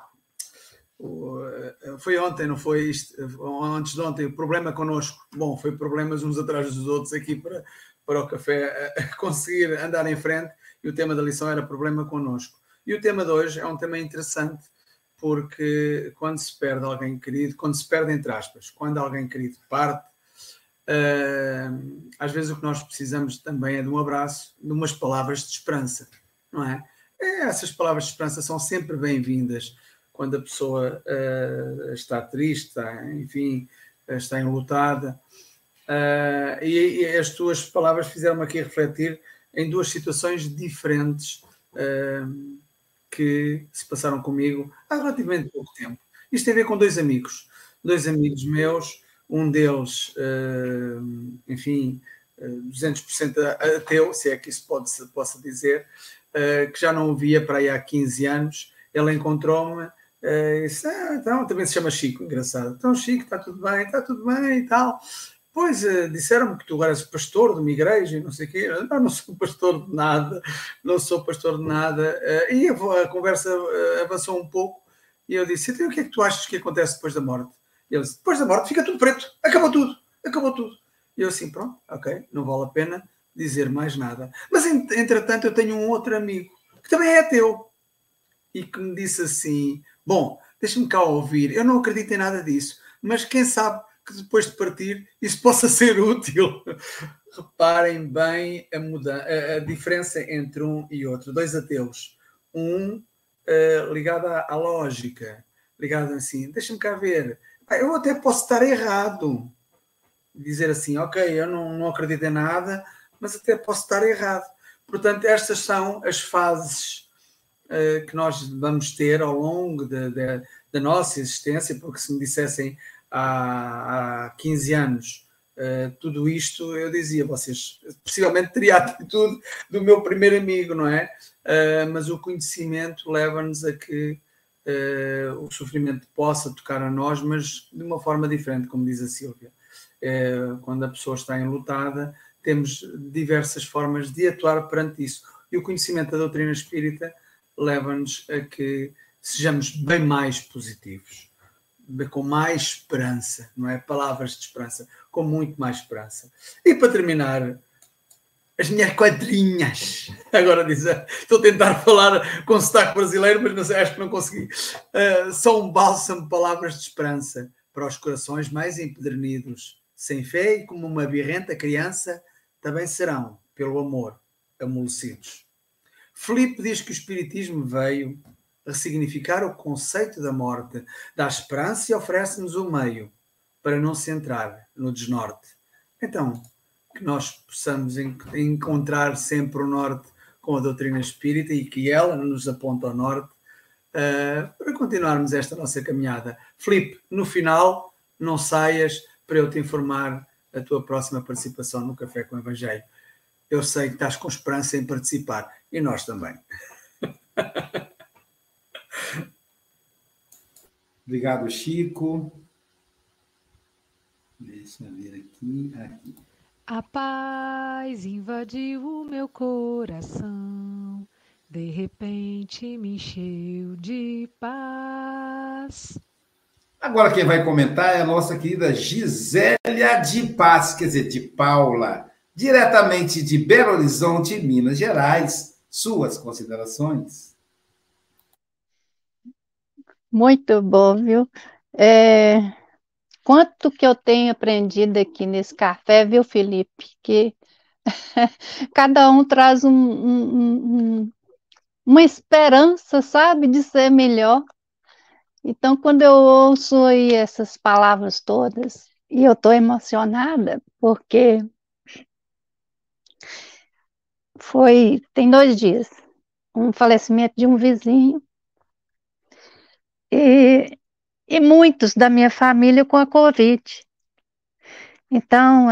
Foi ontem, não foi isto? Antes de ontem, o problema connosco. Bom, foi problemas uns atrás dos outros aqui para o café conseguir andar em frente, e o tema da lição era problema connosco. E o tema de hoje é um tema interessante, porque quando se perde alguém querido, quando se perde entre aspas, quando alguém querido parte, às vezes o que nós precisamos também é de um abraço, de umas palavras de esperança, não é? Essas palavras de esperança são sempre bem-vindas quando a pessoa está triste, está enlutada. E as tuas palavras fizeram-me aqui refletir em duas situações diferentes que se passaram comigo há relativamente pouco tempo. Isto tem a ver com dois amigos meus, um deles, 200% ateu, se é que isso possa dizer, que já não o via para aí há 15 anos. Ele encontrou-me e disse, então, também se chama Chico, engraçado. Então, Chico, está tudo bem e tal. Pois, disseram-me que tu agora és pastor de uma igreja e não sei o quê. Não sou pastor de nada, e a conversa avançou um pouco e eu disse, então, o que é que tu achas que acontece depois da morte? E ele disse, depois da morte fica tudo preto, acabou tudo. E eu assim, pronto, ok, não vale a pena dizer mais nada. Mas, entretanto, eu tenho um outro amigo que também é ateu e que me disse assim, bom, deixa-me cá ouvir, eu não acredito em nada disso, mas quem sabe que depois de partir isso possa ser útil. Reparem bem a diferença entre um e outro. Dois ateus. Um ligado à lógica, ligado assim, deixa-me cá ver, eu até posso estar errado. Dizer assim, ok, eu não acredito em nada, mas até posso estar errado. Portanto, estas são as fases que nós vamos ter ao longo da nossa existência, porque se me dissessem há 15 anos tudo isto, eu dizia, vocês possivelmente teriam a atitude do meu primeiro amigo, não é? Mas o conhecimento leva-nos a que o sofrimento possa tocar a nós, mas de uma forma diferente, como diz a Sílvia. Quando a pessoa está enlutada, temos diversas formas de atuar perante isso. E o conhecimento da doutrina espírita leva-nos a que sejamos bem mais positivos, com mais esperança, não é? Palavras de esperança, com muito mais esperança. E para terminar, as minhas quadrinhas. Agora estou a tentar falar com sotaque brasileiro, mas não sei, acho que não consegui. São um bálsamo, palavras de esperança para os corações mais empedernidos, sem fé, e como uma birrenta criança, também serão, pelo amor, amolecidos. Filipe diz que o Espiritismo veio ressignificar o conceito da morte, dá esperança e oferece-nos o meio para não se entrar no desnorte. Então, que nós possamos encontrar sempre o norte com a doutrina espírita e que ela nos aponta ao norte para continuarmos esta nossa caminhada. Filipe, no final, não saias para eu te informar a tua próxima participação no Café com o Evangelho. Eu sei que estás com esperança em participar e nós também. Obrigado, Chico. Deixa eu ver aqui. A paz invadiu o meu coração, de repente me encheu de paz. Agora quem vai comentar é a nossa querida Gisélia de Paz, quer dizer, de Paula, diretamente de Belo Horizonte, Minas Gerais. Suas considerações? Muito bom, viu? Quanto que eu tenho aprendido aqui nesse café, viu, Felipe? Que cada um traz uma esperança, sabe, de ser melhor. Então, quando eu ouço aí essas palavras todas, e eu estou emocionada, porque tem 2 dias, um falecimento de um vizinho, e muitos da minha família com a Covid. Então,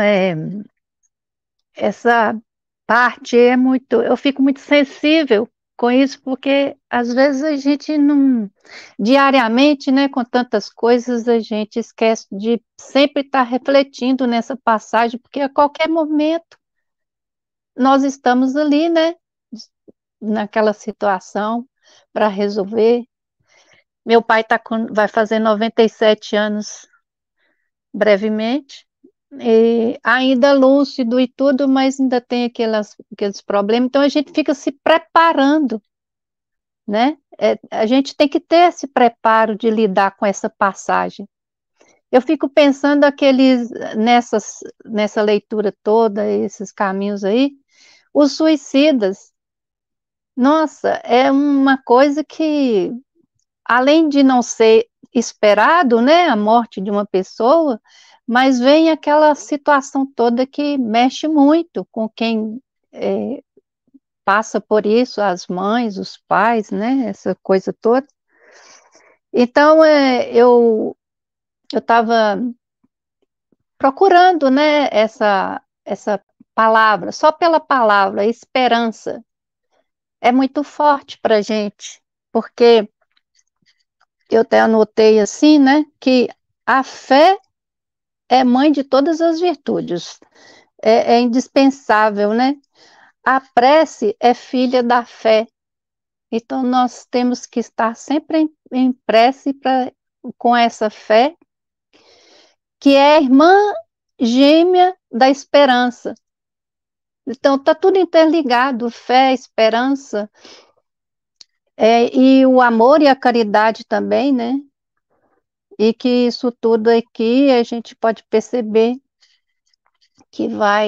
essa parte eu fico muito sensível com isso, porque às vezes a gente não, diariamente, né, com tantas coisas, a gente esquece de sempre estar refletindo nessa passagem, porque a qualquer momento nós estamos ali, né, naquela situação para resolver. Meu pai vai fazer 97 anos brevemente, e ainda lúcido e tudo, mas ainda tem aqueles problemas, então a gente fica se preparando, né? A gente tem que ter esse preparo de lidar com essa passagem. Eu fico pensando nessa leitura toda, esses caminhos aí, os suicidas. Nossa, é uma coisa que, além de não ser esperado, né, a morte de uma pessoa, mas vem aquela situação toda que mexe muito com quem passa por isso, as mães, os pais, né, essa coisa toda. Então, eu estava procurando, né, essa palavra, só pela palavra, esperança, é muito forte para a gente, porque eu até anotei assim, né, que a fé é mãe de todas as virtudes, é indispensável, né? A prece é filha da fé, então nós temos que estar sempre em prece com essa fé, que é a irmã gêmea da esperança. Então está tudo interligado, fé, esperança, e o amor e a caridade também, né? E que isso tudo aqui a gente pode perceber que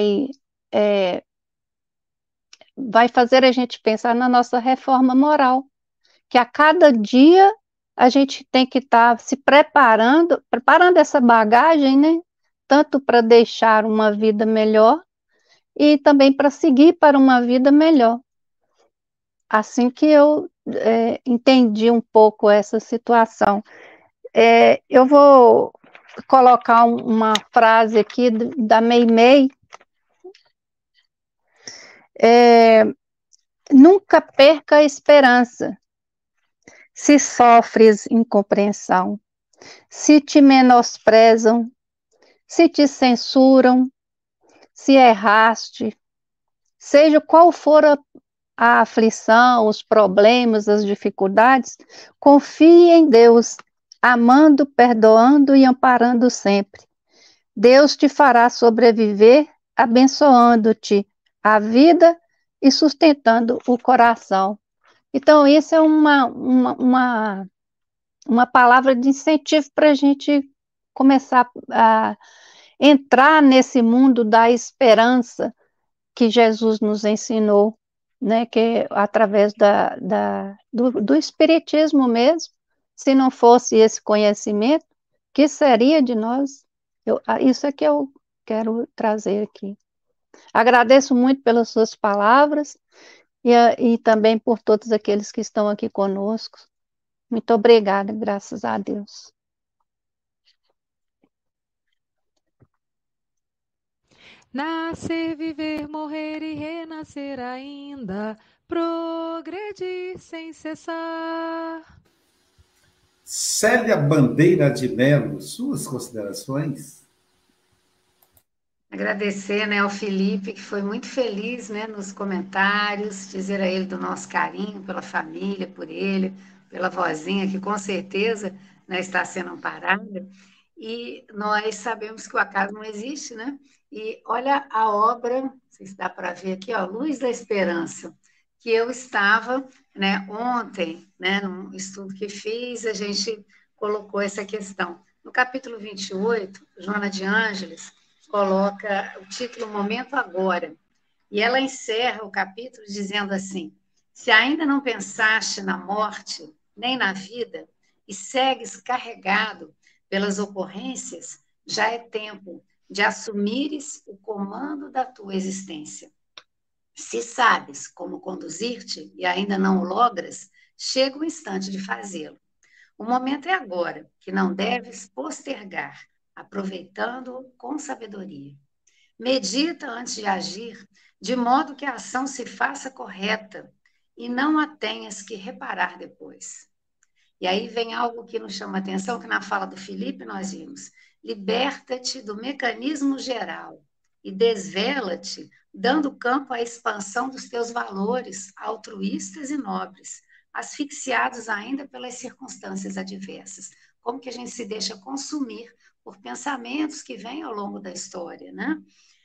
vai fazer a gente pensar na nossa reforma moral, que a cada dia a gente tem que estar se preparando essa bagagem, né? Tanto para deixar uma vida melhor e também para seguir para uma vida melhor. Assim que eu entendi um pouco essa situação. Eu vou colocar uma frase aqui da Meimei. Nunca perca a esperança. Se sofres incompreensão, se te menosprezam, se te censuram, se erraste, seja qual for a aflição, os problemas, as dificuldades, confie em Deus, amando, perdoando e amparando sempre. Deus te fará sobreviver, abençoando-te a vida e sustentando o coração. Então, isso é uma palavra de incentivo para a gente começar a entrar nesse mundo da esperança que Jesus nos ensinou, né? Que é através do Espiritismo mesmo. Se não fosse esse conhecimento, que seria de nós? Isso é que eu quero trazer aqui. Agradeço muito pelas suas palavras e também por todos aqueles que estão aqui conosco. Muito obrigada, graças a Deus. Nascer, viver, morrer e renascer ainda, progredir sem cessar. Célia Bandeira de Mello, suas considerações? Agradecer, né, ao Felipe, que foi muito feliz, né, nos comentários, dizer a ele do nosso carinho pela família, por ele, pela vozinha, que com certeza, né, está sendo amparada. E nós sabemos que o acaso não existe, né? E olha a obra, não sei se dá para ver aqui, ó, Luz da Esperança, que eu estava, né, ontem, né, num estudo que fiz, a gente colocou essa questão. No capítulo 28, Joana de Ângeles coloca o título Momento Agora, e ela encerra o capítulo dizendo assim: se ainda não pensaste na morte, nem na vida, e segues carregado pelas ocorrências, já é tempo de assumires o comando da tua existência. Se sabes como conduzir-te e ainda não o logras, chega o instante de fazê-lo. O momento é agora, que não deves postergar, aproveitando-o com sabedoria. Medita antes de agir, de modo que a ação se faça correta e não a tenhas que reparar depois. E aí vem algo que nos chama a atenção, que na fala do Felipe nós vimos. Liberta-te do mecanismo geral e desvela-te, dando campo à expansão dos teus valores altruístas e nobres, asfixiados ainda pelas circunstâncias adversas. Como que a gente se deixa consumir por pensamentos que vêm ao longo da história, né?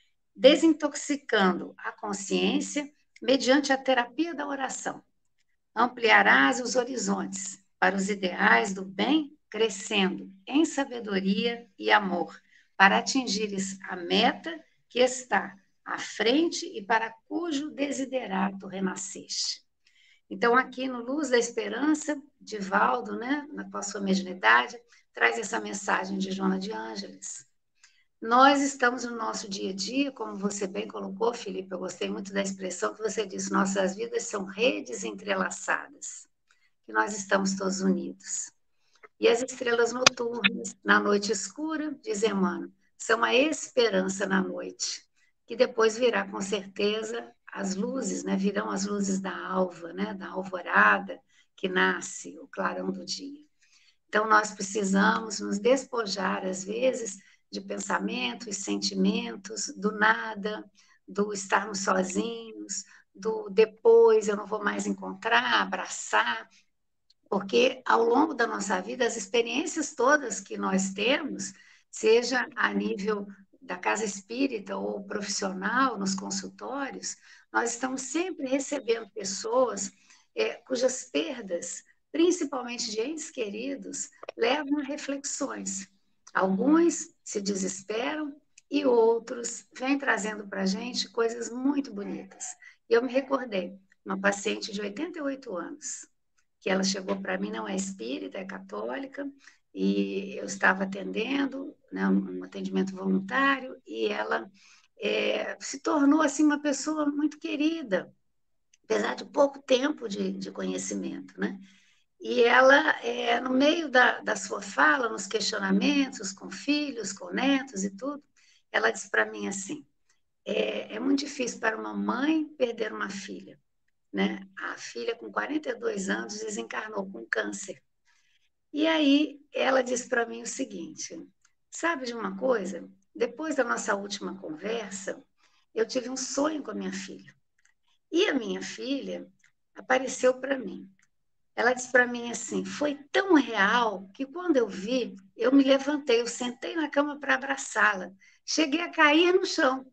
Desintoxicando a consciência mediante a terapia da oração. Ampliarás os horizontes para os ideais do bem, crescendo em sabedoria e amor, para atingires a meta que está à frente e para cujo desiderato renasceste. Então, aqui no Luz da Esperança, Divaldo, né, com a sua mediunidade, traz essa mensagem de Joana de Ângeles. Nós estamos no nosso dia a dia, como você bem colocou, Felipe, eu gostei muito da expressão que você disse, nossas vidas são redes entrelaçadas, que nós estamos todos unidos. E as estrelas noturnas, na noite escura, diz Emmanuel, são a esperança na noite, que depois virá com certeza as luzes, né? Virão as luzes da alva, né? Da alvorada, que nasce o clarão do dia. Então, nós precisamos nos despojar, às vezes, de pensamentos, sentimentos, do nada, do estarmos sozinhos, do depois eu não vou mais encontrar, abraçar, porque ao longo da nossa vida, as experiências todas que nós temos, seja a nível da casa espírita ou profissional, nos consultórios, nós estamos sempre recebendo pessoas cujas perdas, principalmente de entes queridos, levam a reflexões. Alguns se desesperam e outros vêm trazendo para a gente coisas muito bonitas. E eu me recordei, uma paciente de 88 anos, que ela chegou para mim, não é espírita, é católica, e eu estava atendendo, né, um atendimento voluntário, e ela se tornou assim, uma pessoa muito querida, apesar de pouco tempo de conhecimento, né? E ela, no meio da sua fala, nos questionamentos com filhos, com netos e tudo, ela disse para mim assim, é muito difícil para uma mãe perder uma filha, né? A filha, com 42 anos, desencarnou com câncer. E aí ela disse para mim o seguinte, sabe de uma coisa? Depois da nossa última conversa, eu tive um sonho com a minha filha. E a minha filha apareceu para mim. Ela disse para mim assim, foi tão real que quando eu vi, eu me levantei, eu sentei na cama para abraçá-la. Cheguei a cair no chão.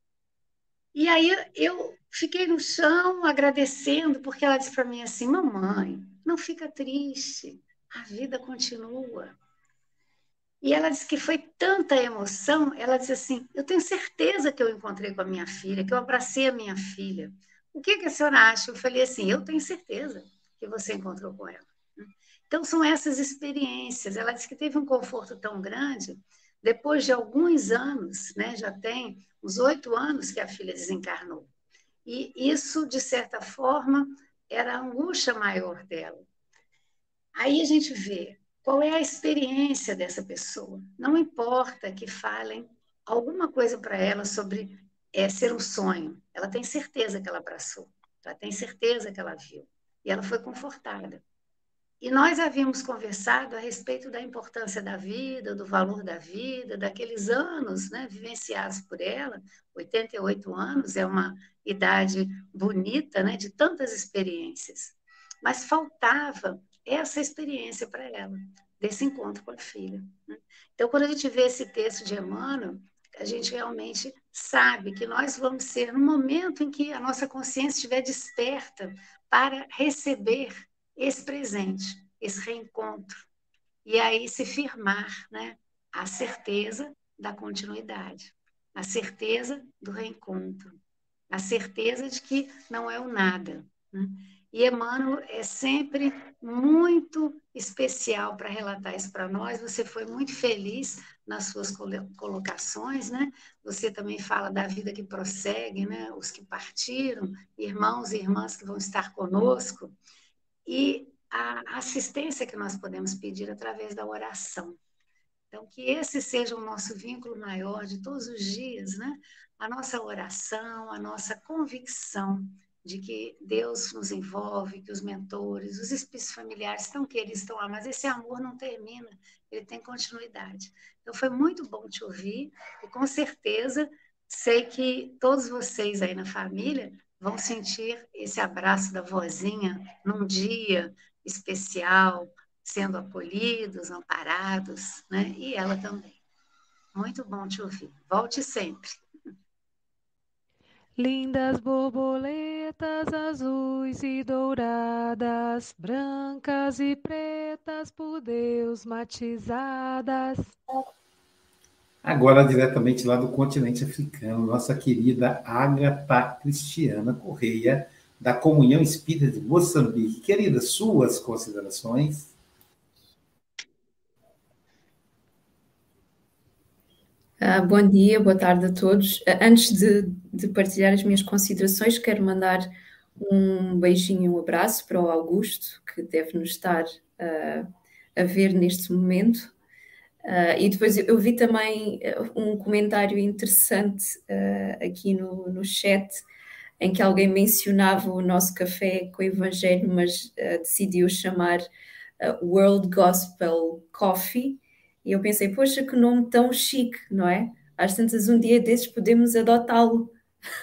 E aí eu fiquei no chão agradecendo, porque ela disse para mim assim, mamãe, não fica triste, a vida continua. E ela disse que foi tanta emoção, ela disse assim, eu tenho certeza que eu encontrei com a minha filha, que eu abracei a minha filha. O que a senhora acha? Eu falei assim, eu tenho certeza que você encontrou com ela. Então, são essas experiências. Ela disse que teve um conforto tão grande, depois de alguns anos, né, já tem uns 8 anos que a filha desencarnou. E isso, de certa forma, era a angústia maior dela. Aí a gente vê qual é a experiência dessa pessoa. Não importa que falem alguma coisa para ela sobre ser um sonho. Ela tem certeza que ela abraçou. Ela tem certeza que ela viu. E ela foi confortada. E nós havíamos conversado a respeito da importância da vida, do valor da vida, daqueles anos, né, vivenciados por ela. 88 anos é uma idade bonita, né, de tantas experiências. Mas faltava essa experiência para ela, desse encontro com a filha. Né? Então, quando a gente vê esse texto de Emmanuel, a gente realmente sabe que nós vamos ser no momento em que a nossa consciência estiver desperta para receber esse presente, esse reencontro. E aí se firmar, né, a certeza da continuidade, a certeza do reencontro, a certeza de que não é o nada. Né? E Emmanuel é sempre muito especial para relatar isso para nós. Você foi muito feliz nas suas colocações, né? Você também fala da vida que prossegue, né? Os que partiram, irmãos e irmãs que vão estar conosco. E a assistência que nós podemos pedir através da oração. Então, que esse seja o nosso vínculo maior de todos os dias, né? A nossa oração, a nossa convicção de que Deus nos envolve, que os mentores, os espíritos familiares estão que eles estão lá, mas esse amor não termina, ele tem continuidade. Então, foi muito bom te ouvir e, com certeza, sei que todos vocês aí na família vão sentir esse abraço da vozinha num dia especial, sendo acolhidos, amparados, né? E ela também. Muito bom te ouvir. Volte sempre. Lindas borboletas azuis e douradas, brancas e pretas por Deus matizadas. Agora, diretamente lá do continente africano, nossa querida Ágata Cristiana Correia, da Comunhão Espírita de Moçambique. Querida, suas considerações? Bom dia, boa tarde a todos. Antes de partilhar as minhas considerações, quero mandar um beijinho e um abraço para o Augusto, que deve nos estar a ver neste momento. E depois eu vi também um comentário interessante aqui no chat, em que alguém mencionava o nosso café com o Evangelho, mas decidiu chamar World Gospel Coffee. E eu pensei, poxa, que nome tão chique, não é? Às tantas, um dia desses podemos adotá-lo.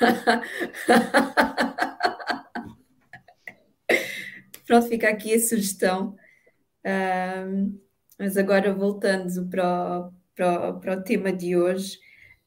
Pronto, fica aqui a sugestão. Mas agora, voltando para o tema de hoje,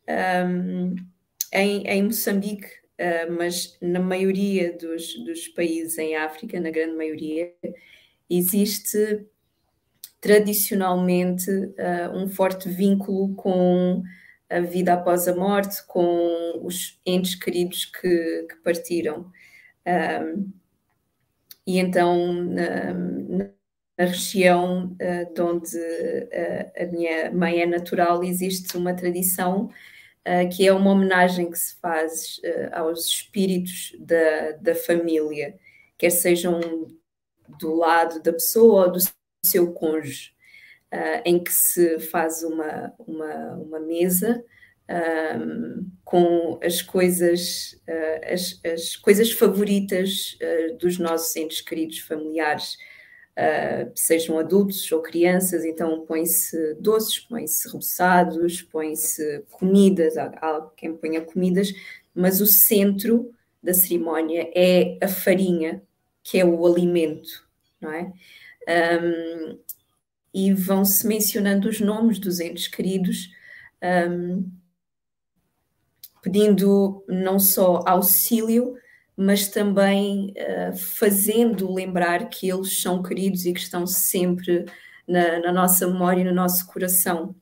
em Moçambique, mas na maioria dos países em África, na grande maioria, existe tradicionalmente um forte vínculo com a vida após a morte, com os entes queridos que partiram. E então, na região de onde a minha mãe é natural, existe uma tradição que é uma homenagem que se faz aos espíritos da família, quer sejam do lado da pessoa ou do seu cônjuge, em que se faz uma mesa com as coisas favoritas dos nossos entes queridos familiares, sejam adultos ou crianças. Então põe-se doces, põe-se reboçados, põe-se comidas, há quem ponha comidas, mas o centro da cerimónia é a farinha, que é o alimento, não é? E vão-se mencionando os nomes dos entes queridos, pedindo não só auxílio, mas também fazendo lembrar que eles são queridos e que estão sempre na nossa memória e no nosso coração.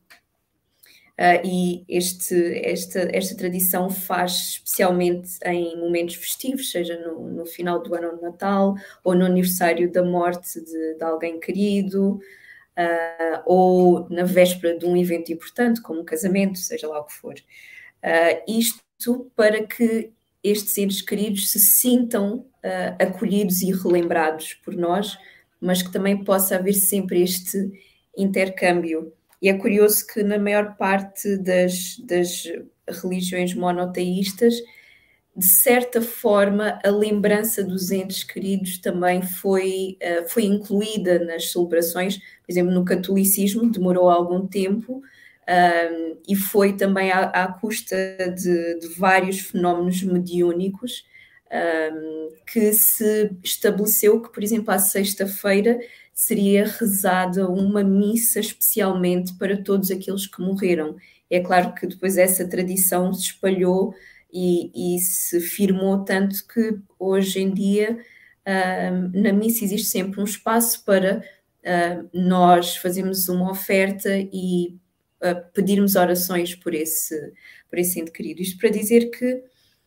E esta tradição faz especialmente em momentos festivos, seja no final do ano, no Natal, ou no aniversário da morte de alguém querido, ou na véspera de um evento importante, como um casamento, seja lá o que for. Isto para que estes entes queridos se sintam acolhidos e relembrados por nós, mas que também possa haver sempre este intercâmbio. E é curioso que na maior parte das religiões monoteístas de certa forma, a lembrança dos entes queridos também foi incluída nas celebrações. Por exemplo, no catolicismo demorou algum tempo, e foi também à custa de vários fenómenos mediúnicos, que se estabeleceu que, por exemplo, à sexta-feira seria rezada uma missa especialmente para todos aqueles que morreram. É claro que depois essa tradição se espalhou e se firmou tanto que hoje em dia na missa existe sempre um espaço para nós fazermos uma oferta e pedirmos orações por esse ente querido. Isto para dizer que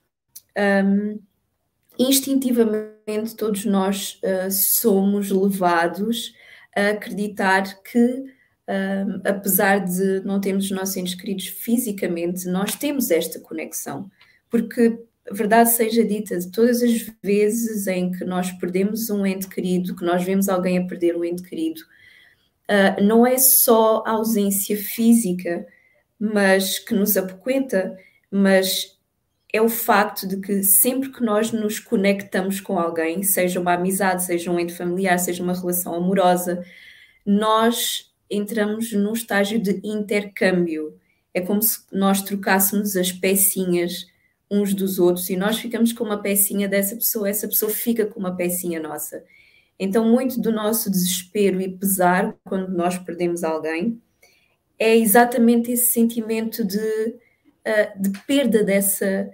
instintivamente todos nós somos levados a acreditar que, apesar de não termos os nossos entes queridos fisicamente, nós temos esta conexão. Porque, a verdade seja dita, de todas as vezes em que nós perdemos um ente querido, que nós vemos alguém a perder um ente querido, não é só a ausência física, mas que nos apoquenta, mas é o facto de que sempre que nós nos conectamos com alguém, seja uma amizade, seja um ente familiar, seja uma relação amorosa, nós entramos num estágio de intercâmbio. É como se nós trocássemos as pecinhas uns dos outros e nós ficamos com uma pecinha dessa pessoa, essa pessoa fica com uma pecinha nossa. Então, muito do nosso desespero e pesar quando nós perdemos alguém é exatamente esse sentimento de perda dessa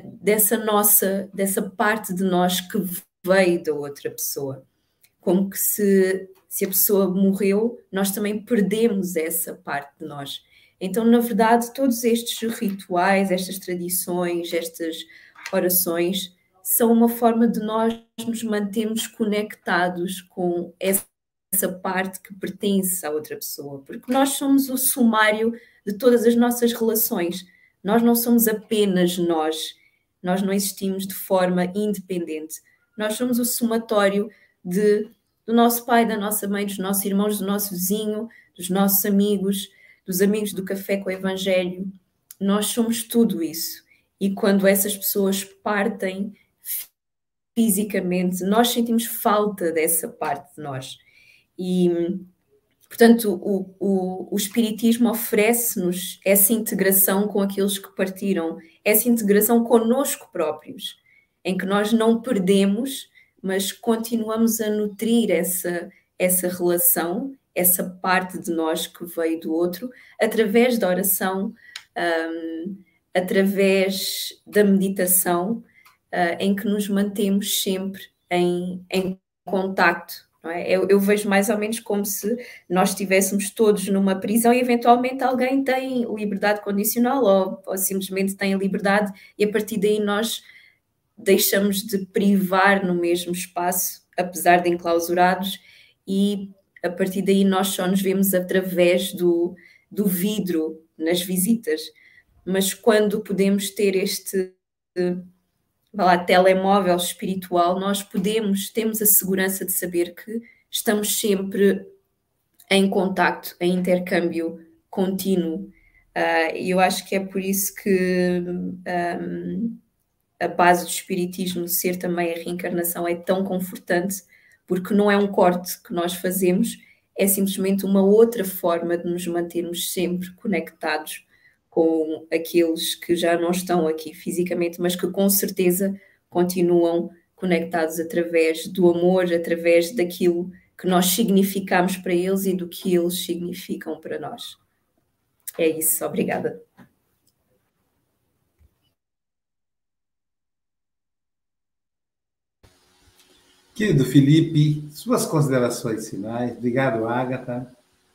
parte de nós que veio da outra pessoa. Como que se a pessoa morreu, nós também perdemos essa parte de nós. Então, na verdade, todos estes rituais, estas tradições, estas orações, são uma forma de nós nos mantermos conectados com essa parte que pertence à outra pessoa. Porque nós somos o sumário de todas as nossas relações. Nós não somos apenas nós. Nós não existimos de forma independente. Nós somos o somatório do nosso pai, da nossa mãe, dos nossos irmãos, do nosso vizinho, dos nossos amigos, dos amigos do Café com o Evangelho. Nós somos tudo isso. E quando essas pessoas partem fisicamente, nós sentimos falta dessa parte de nós. E, portanto, o Espiritismo oferece-nos essa integração com aqueles que partiram, essa integração connosco próprios, em que nós não perdemos, mas continuamos a nutrir essa relação, essa parte de nós que veio do outro, através da oração, através da meditação, em que nos mantemos sempre em contacto. Não é? Eu vejo mais ou menos como se nós estivéssemos todos numa prisão e eventualmente alguém tem liberdade condicional ou simplesmente tem liberdade e a partir daí nós deixamos de privar no mesmo espaço, apesar de enclausurados, e a partir daí nós só nos vemos através do vidro nas visitas. Mas quando podemos ter este telemóvel espiritual, nós temos a segurança de saber que estamos sempre em contacto, em intercâmbio contínuo. E eu acho que é por isso que a base do Espiritismo ser também a reencarnação é tão confortante, porque não é um corte que nós fazemos, é simplesmente uma outra forma de nos mantermos sempre conectados com aqueles que já não estão aqui fisicamente, mas que com certeza continuam conectados através do amor, através daquilo que nós significamos para eles e do que eles significam para nós. É isso, obrigada. Querido Felipe, suas considerações finais. Obrigado, Ágata.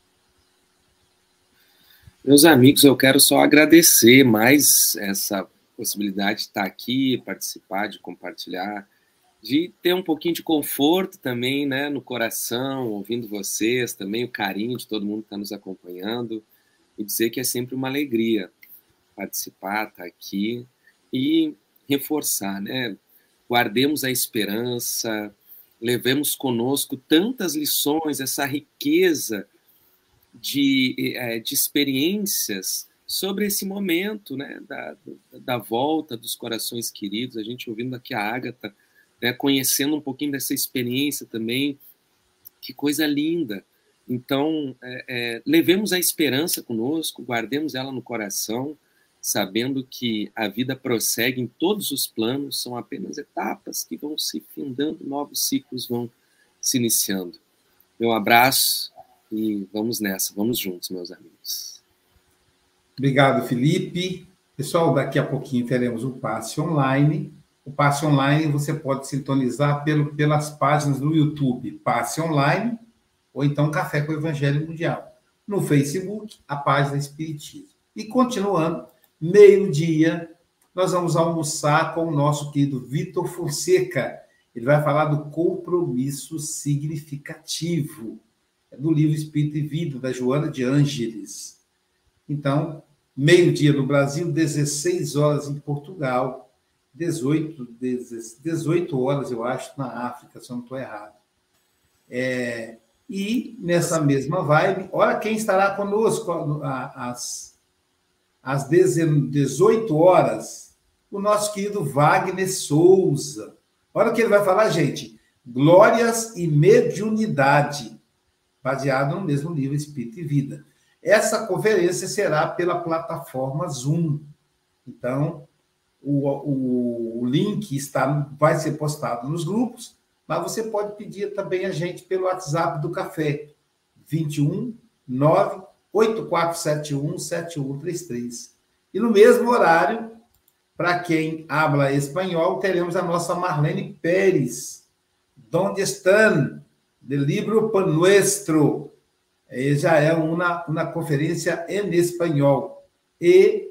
Meus amigos, eu quero só agradecer mais essa possibilidade de estar aqui, participar, de compartilhar, de ter um pouquinho de conforto também, né, no coração, ouvindo vocês, também o carinho de todo mundo que está nos acompanhando, e dizer que é sempre uma alegria participar, estar aqui e reforçar, né? Guardemos a esperança, levemos conosco tantas lições, essa riqueza de experiências sobre esse momento, né, da volta dos corações queridos, a gente ouvindo aqui a Ágata, né, conhecendo um pouquinho dessa experiência também, que coisa linda. Então, levemos a esperança conosco, guardemos ela no coração, sabendo que a vida prossegue em todos os planos, são apenas etapas que vão se findando, novos ciclos vão se iniciando. Meu abraço e vamos nessa, vamos juntos, meus amigos. Obrigado, Felipe. Pessoal, daqui a pouquinho teremos o passe online. O passe online você pode sintonizar pelas páginas do YouTube, Passe Online, ou então Café com o Evangelho Mundial. No Facebook, a página Espiritismo. E continuando, meio-dia, nós vamos almoçar com o nosso querido Vitor Fonseca. Ele vai falar do compromisso significativo. É do livro Espírito e Vida, da Joana de Ângeles. Então, meio-dia no Brasil, 16 horas em Portugal, 18 horas, eu acho, na África, se eu não estou errado. E nessa mesma vibe, olha quem estará conosco às 18 horas, o nosso querido Wagner Souza. Olha o que ele vai falar, gente. Glórias e mediunidade, baseado no mesmo livro Espírito e Vida. Essa conferência será pela plataforma Zoom. Então, o link vai ser postado nos grupos, mas você pode pedir também a gente pelo WhatsApp do Café, 21 98471 7133. E no mesmo horário, para quem habla espanhol, teremos a nossa Marlene Pérez, Donde están? Del libro Pan Nuestro. Já é uma conferência em espanhol. E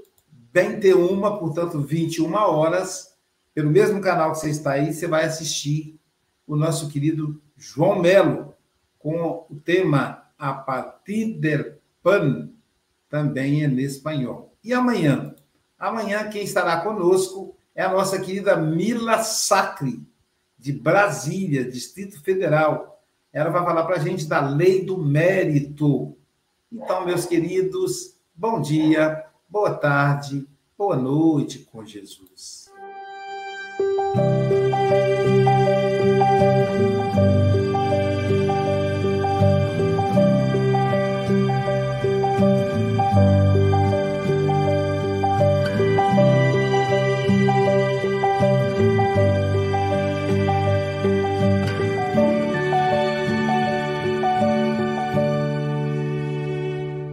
21 horas, pelo mesmo canal que você está aí, você vai assistir o nosso querido João Melo, com o tema A Partir del Pan, também em espanhol. E amanhã? Amanhã quem estará conosco é a nossa querida Mila Sacre, de Brasília, Distrito Federal. Ela vai falar para a gente da Lei do Mérito. Então, meus queridos, bom dia, boa tarde, boa noite com Jesus.